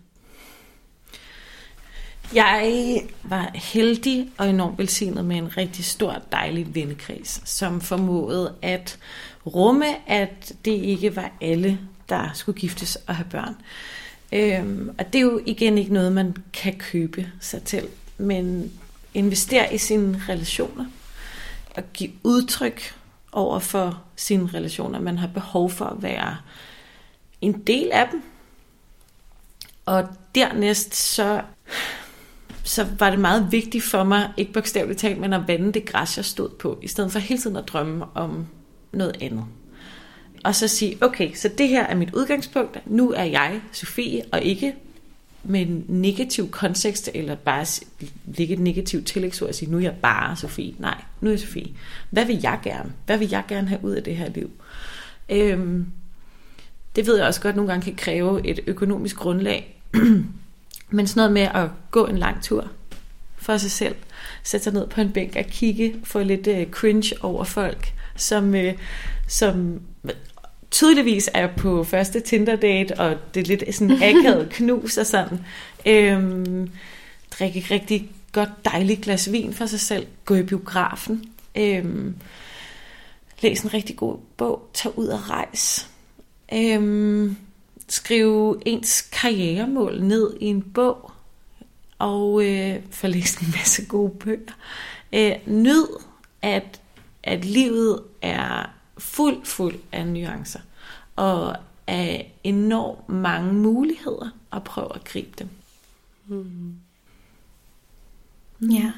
Jeg var heldig og enormt velsignet med en rigtig stor, dejlig vennekreds, som formåede at rumme, at det ikke var alle, der skulle giftes og have børn. Og det er jo igen ikke noget, man kan købe sig til, men investere i sine relationer og give udtryk over for sine relationer. Man har behov for at være en del af dem. Og dernæst så var det meget vigtigt for mig, ikke bogstaveligt talt, men at vande det græs, jeg stod på, i stedet for hele tiden at drømme om noget andet. Og så sige, okay, så det her er mit udgangspunkt, nu er jeg Sofie, og ikke med en negativ kontekst, eller bare lægge et negativt tillægsord og sige, nu er jeg bare Sofie. Nej, nu er jeg Sofie. Hvad vil jeg gerne? Hvad vil jeg gerne have ud af det her liv? Det ved jeg også godt, nogle gange kan kræve et økonomisk grundlag, men sådan noget med at gå en lang tur for sig selv, sætte sig ned på en bænk og kigge, få lidt cringe over folk, som tydeligvis er på første Tinder-date, og det er lidt sådan akavet knus og sådan. Drikke rigtig godt, dejligt glas vin for sig selv, gå i biografen, læse en rigtig god bog, tage ud og rejse, skrive ens karrieremål ned i en bog, og få læst en masse gode bøger. Nyd, at livet er fuld af nuancer, og af enormt mange muligheder, og prøve at gribe dem.
Ja.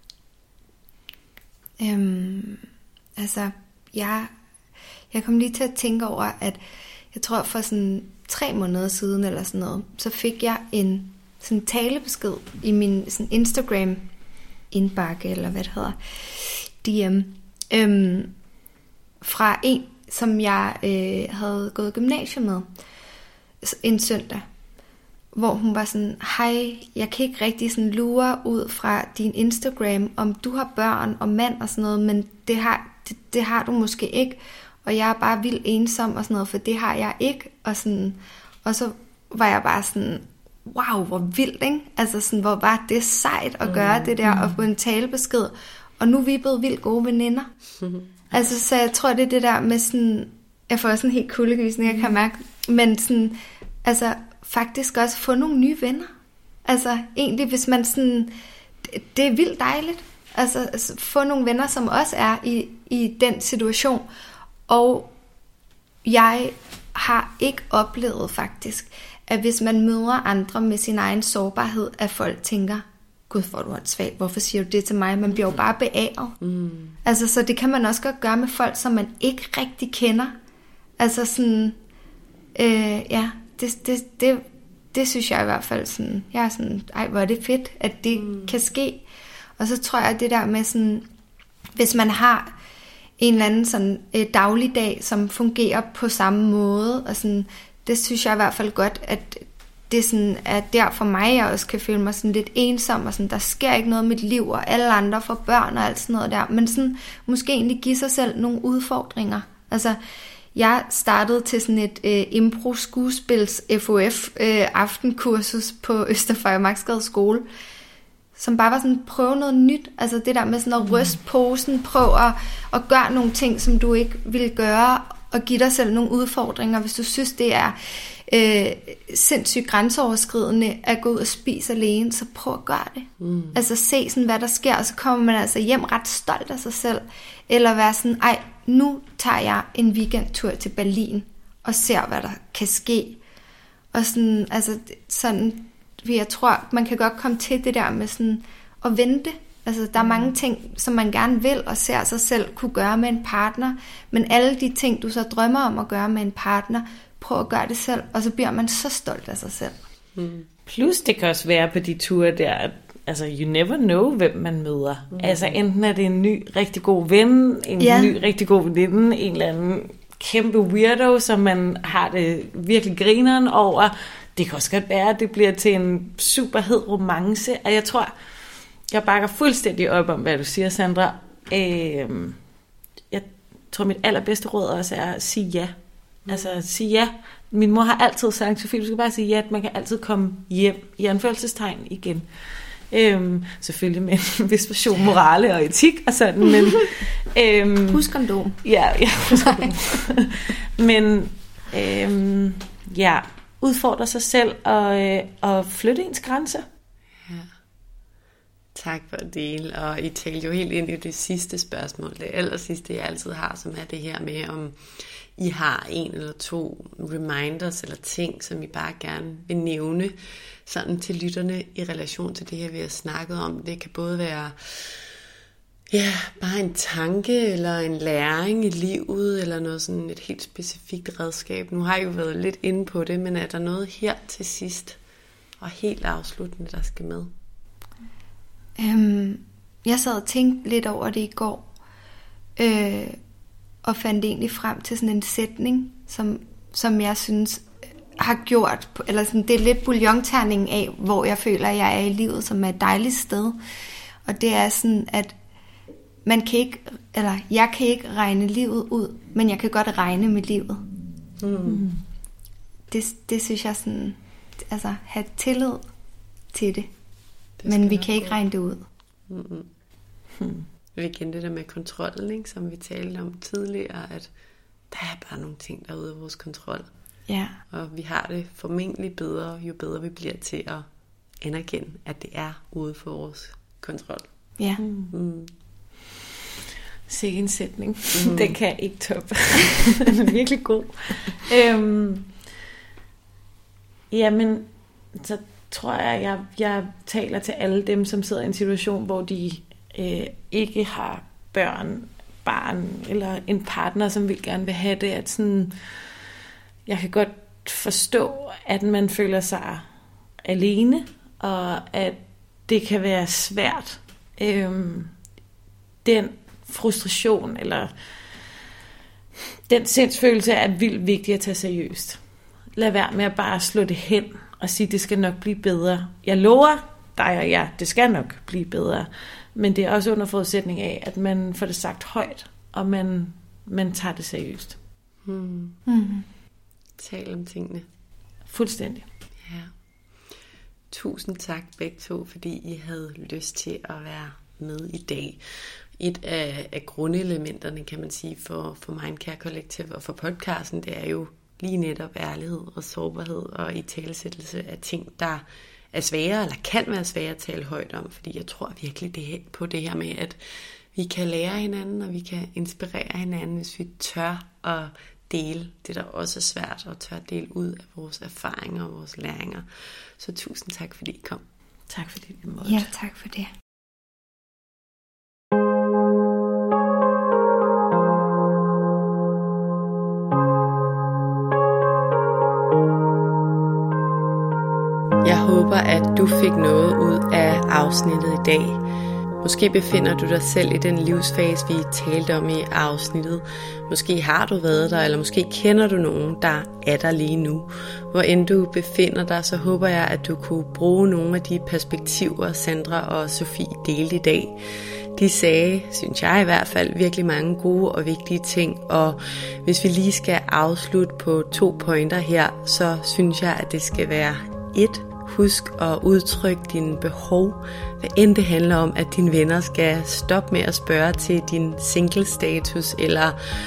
Altså, jeg kom lige til at tænke over, at jeg tror for sådan 3 måneder siden eller sådan noget, så fik jeg en sådan talebesked i min sådan Instagram indbakke, eller hvad det hedder, DM, fra en, som jeg havde gået gymnasiet med en søndag, hvor hun var sådan, hej, jeg kan ikke rigtig sådan lure ud fra din Instagram, om du har børn og mand og sådan noget, men det har du måske ikke, og jeg er bare vildt ensom og sådan noget, for det har jeg ikke, og så var jeg bare sådan, wow, hvor vildt, ikke? Altså sådan, hvor var det sejt at gøre det der, og få en talebesked, og nu er vi blevet vildt gode veninder. Altså, så jeg tror, det er det der med sådan, jeg får også en helt kuldegysning, jeg kan mærke, men sådan, altså, faktisk også få nogle nye venner. Altså, egentlig, hvis man sådan, det er vildt dejligt, altså, få nogle venner, som også er i den situation, og jeg har ikke oplevet faktisk, at hvis man møder andre med sin egen sårbarhed, at folk tænker, gud, hvor du er svag, hvorfor siger du det til mig? Man bliver jo bare beæret. Altså, så det kan man også godt gøre med folk, som man ikke rigtig kender. Altså sådan, ja, det synes jeg i hvert fald sådan, jeg er sådan, ej, hvor er det fedt, at det kan ske. Og så tror jeg, at det der med sådan, hvis man har en eller anden sådan dagligdag, som fungerer på samme måde, og sådan, det synes jeg i hvert fald godt, at det sådan er der for mig, jeg også kan føle mig sådan lidt ensom, og sådan, der sker ikke noget i mit liv, og alle andre får børn og alt sådan noget der, men sådan, måske egentlig give sig selv nogle udfordringer. Altså, jeg startede til sådan et impro-skuespils FOF aftenkursus på Østerføjermarksgade skole, som bare var sådan, prøve noget nyt, altså det der med sådan at ryste posen, prøve at gøre nogle ting, som du ikke ville gøre, og give dig selv nogle udfordringer, hvis du synes, det er sindssygt grænseoverskridende at gå ud og spise alene, så prøv at gøre det. Altså se sådan, hvad der sker, og så kommer man altså hjem ret stolt af sig selv. Eller være sådan, nu tager jeg en weekendtur til Berlin, og ser, hvad der kan ske. Og sådan, altså sådan, jeg tror, man kan godt komme til det der med sådan at vente. Altså, der er mange ting, som man gerne vil, og ser sig selv kunne gøre med en partner. Men alle de ting, du så drømmer om at gøre med en partner, prøv at gøre det selv, og så bliver man så stolt af sig selv.
Plus det kan også være på de ture der, altså you never know, hvem man møder. Altså enten er det en ny, rigtig god ven, en ny, rigtig god veninde, en eller anden kæmpe weirdo, som man har det virkelig grineren over. Det kan også godt være, at det bliver til en super hed romance, og jeg tror, jeg bakker fuldstændig op om, hvad du siger, Sandra. Jeg tror, mit allerbedste råd også er at sige ja. Altså at sige ja. Min mor har altid sagt, Sofie, du skal bare sige ja, at man kan altid komme hjem i anførselstegn igen. Selvfølgelig med en vis portion morale og etik og sådan, men
husk kondom.
Ja, husk kondom. Men udfordre sig selv og flytte ens grænser.
Ja. Tak for at dele, og I talte jo helt ind i det sidste spørgsmål, det allersidste jeg altid har, som er det her med, om I har 1 eller 2 reminders eller ting, som I bare gerne vil nævne sådan til lytterne i relation til det her, vi har snakket om. Det kan både være bare en tanke eller en læring i livet, eller noget sådan et helt specifikt redskab. Nu har I jo været lidt inde på det, men er der noget her til sidst og helt afsluttende, der skal med?
Jeg sad og tænkte lidt over det i går, og fandt egentlig frem til sådan en sætning, som jeg synes har gjort, eller sådan, det er lidt bouillonterningen af, hvor jeg føler, at jeg er i livet, som er et dejligt sted. Og det er sådan, at jeg kan ikke regne livet ud, men jeg kan godt regne med livet. Det synes jeg sådan, altså have tillid til det. Men vi kan ikke regne det ud.
Vi igen det der med kontrollen, ikke? Som vi talte om tidligere, at der er bare nogle ting, der er ude af vores kontrol.
Ja.
Og vi har det formentlig bedre, jo bedre vi bliver til at anerkende, at det er ude for vores kontrol.
Ja.
Sikke en sætning. Den kan jeg ikke toppe. Den er virkelig god. Jamen, så tror jeg taler til alle dem, som sidder i en situation, hvor de ikke har barn eller en partner, som vil gerne vil have det, at sådan, jeg kan godt forstå, at man føler sig alene, og at det kan være svært. Den frustration eller den sindsfølelse er vildt vigtig at tage seriøst. Lad være med at bare slå det hen og sige, det skal nok blive bedre. Jeg lover dig og jer, det skal nok blive bedre. Men det er også under forudsætning af, at man får det sagt højt, og man tager det seriøst.
Tal om tingene.
Fuldstændig.
Ja. Tusind tak begge to, fordi I havde lyst til at være med i dag. Et af grundelementerne, kan man sige, for Mindcare Collective og for podcasten, det er jo lige netop ærlighed og sårbarhed og italesættelse af ting, der er svære eller kan være svære at tale højt om. Fordi jeg tror virkelig på det her med, at vi kan lære hinanden, og vi kan inspirere hinanden, hvis vi tør at dele det, der også er svært, og tør at dele ud af vores erfaringer og vores læringer. Så tusind tak, fordi I kom.
Tak fordi I måtte.
Ja, tak for det.
Jeg håber, at du fik noget ud af afsnittet i dag. Måske befinder du dig selv i den livsfase, vi talte om i afsnittet. Måske har du været der, eller måske kender du nogen, der er der lige nu. Hvor end du befinder dig, så håber jeg, at du kunne bruge nogle af de perspektiver, Sandra og Sofie delte i dag. De sagde, synes jeg i hvert fald, virkelig mange gode og vigtige ting, og hvis vi lige skal afslutte på 2 pointer her, så synes jeg, at det skal være 1. Husk at udtrykke dine behov, hvad end det handler om, at dine venner skal stoppe med at spørge til din single status, eller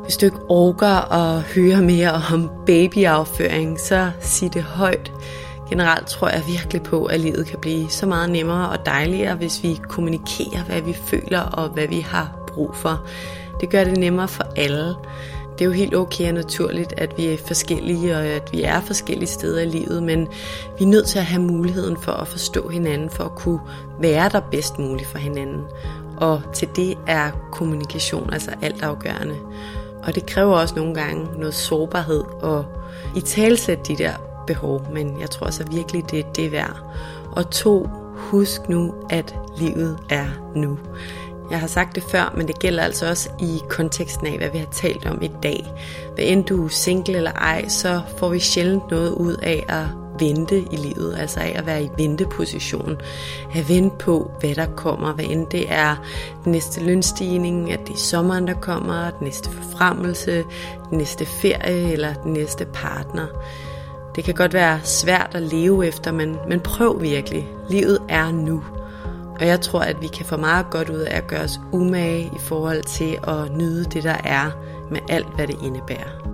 Hvis du ikke orker at høre mere om babyafføring, så sig det højt. Generelt tror jeg virkelig på, at livet kan blive så meget nemmere og dejligere, hvis vi kommunikerer, hvad vi føler og hvad vi har brug for. Det gør det nemmere for alle. Det er jo helt okay og naturligt, at vi er forskellige, og at vi er forskellige steder i livet, men vi er nødt til at have muligheden for at forstå hinanden, for at kunne være der bedst muligt for hinanden. Og til det er kommunikation altså altafgørende. Og det kræver også nogle gange noget sårbarhed og italesætte de der behov, men jeg tror så virkelig, det er værd. Og 2, husk nu, at livet er nu. Jeg har sagt det før, men det gælder altså også i konteksten af, hvad vi har talt om i dag. Hvad end du er single eller ej, så får vi sjældent noget ud af at vente i livet, altså af at være i venteposition. At vente på, hvad der kommer, hvad end det er den næste lønstigning, at det er sommeren, der kommer, den næste forfremmelse, den næste ferie eller den næste partner. Det kan godt være svært at leve efter, men prøv virkelig. Livet er nu. Og jeg tror, at vi kan få meget godt ud af at gøre os umage i forhold til at nyde det, der er, med alt, hvad det indebærer.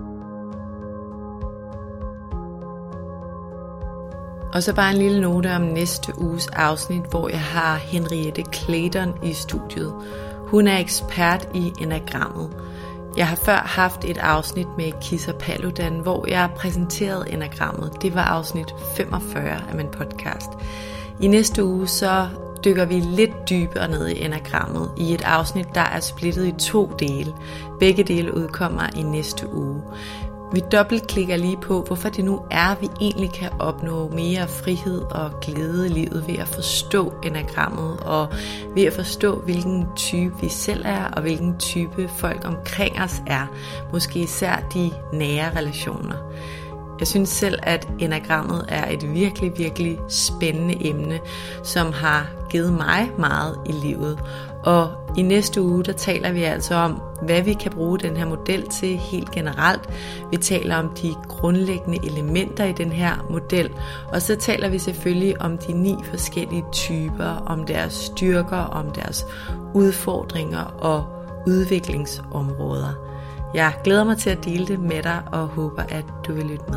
Og så bare en lille note om næste uges afsnit, hvor jeg har Henriette Clayton i studiet. Hun er ekspert i enagrammet. Jeg har før haft et afsnit med Kissa Paludan, hvor jeg præsenterede enagrammet. Det var afsnit 45 af min podcast. I næste uge så dykker vi lidt dybere ned i enagrammet i et afsnit, der er splittet i 2 dele. Begge dele udkommer i næste uge. Vi dobbeltklikker lige på, hvorfor det nu er, vi egentlig kan opnå mere frihed og glæde i livet ved at forstå enagrammet og ved at forstå, hvilken type vi selv er og hvilken type folk omkring os er. Måske især de nære relationer. Jeg synes selv, at enagrammet er et virkelig, virkelig spændende emne, som har givet mig meget i livet. Og i næste uge, der taler vi altså om, hvad vi kan bruge den her model til helt generelt. Vi taler om de grundlæggende elementer i den her model, og så taler vi selvfølgelig om de 9 forskellige typer, om deres styrker, om deres udfordringer og udviklingsområder. Jeg glæder mig til at dele det med dig og håber, at du vil lytte med.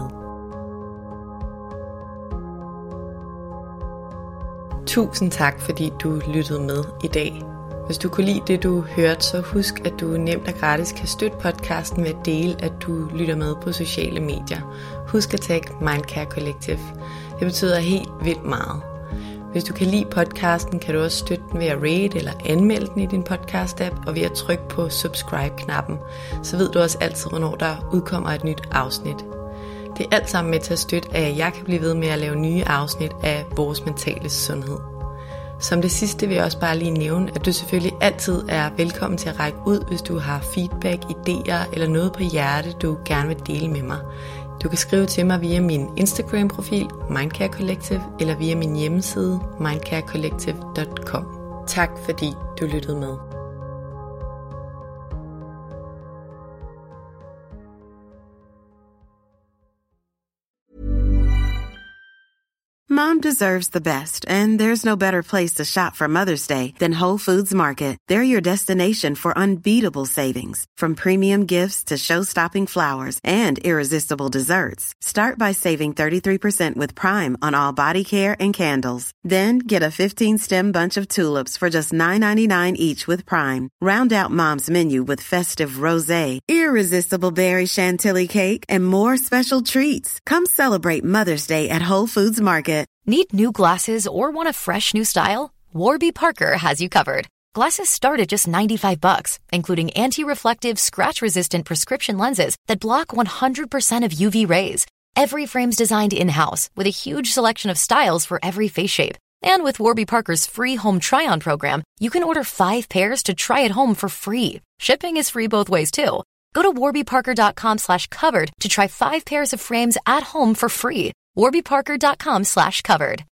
Tusind tak, fordi du lyttede med i dag. Hvis du kunne lide det, du hørte, så husk, at du nemt og gratis kan støtte podcasten ved at dele, at du lytter med på sociale medier. Husk at tagge Mindcare Collective. Det betyder helt vildt meget. Hvis du kan lide podcasten, kan du også støtte den ved at rate eller anmelde den i din podcast-app, og ved at trykke på subscribe-knappen. Så ved du også altid, hvornår der udkommer et nyt afsnit. Det er alt sammen med til at støtte, at jeg kan blive ved med at lave nye afsnit af vores mentale sundhed. Som det sidste vil jeg også bare lige nævne, at du selvfølgelig altid er velkommen til at række ud, hvis du har feedback, idéer eller noget på hjerte, du gerne vil dele med mig. Du kan skrive til mig via min Instagram-profil, Mindcare Collective, eller via min hjemmeside, mindcarecollective.com. Tak fordi du lyttede med.
Mom deserves the best, and there's no better place to shop for Mother's Day than Whole Foods Market. They're your destination for unbeatable savings, from premium gifts to show-stopping flowers and irresistible desserts. Start by saving 33% with Prime on all body care and candles. Then get a 15-stem bunch of tulips for just $9.99 each with Prime. Round out Mom's menu with festive rosé, irresistible berry chantilly cake, and more special treats. Come celebrate Mother's Day at Whole Foods Market.
Need new glasses or want a fresh new style? Warby Parker has you covered. Glasses start at just $95, including anti-reflective, scratch-resistant prescription lenses that block 100% of UV rays. Every frame's designed in-house with a huge selection of styles for every face shape. And with Warby Parker's free home try-on program, you can order 5 pairs to try at home for free. Shipping is free both ways, too. Go to warbyparker.com/covered to try 5 pairs of frames at home for free. warbyparker.com/covered.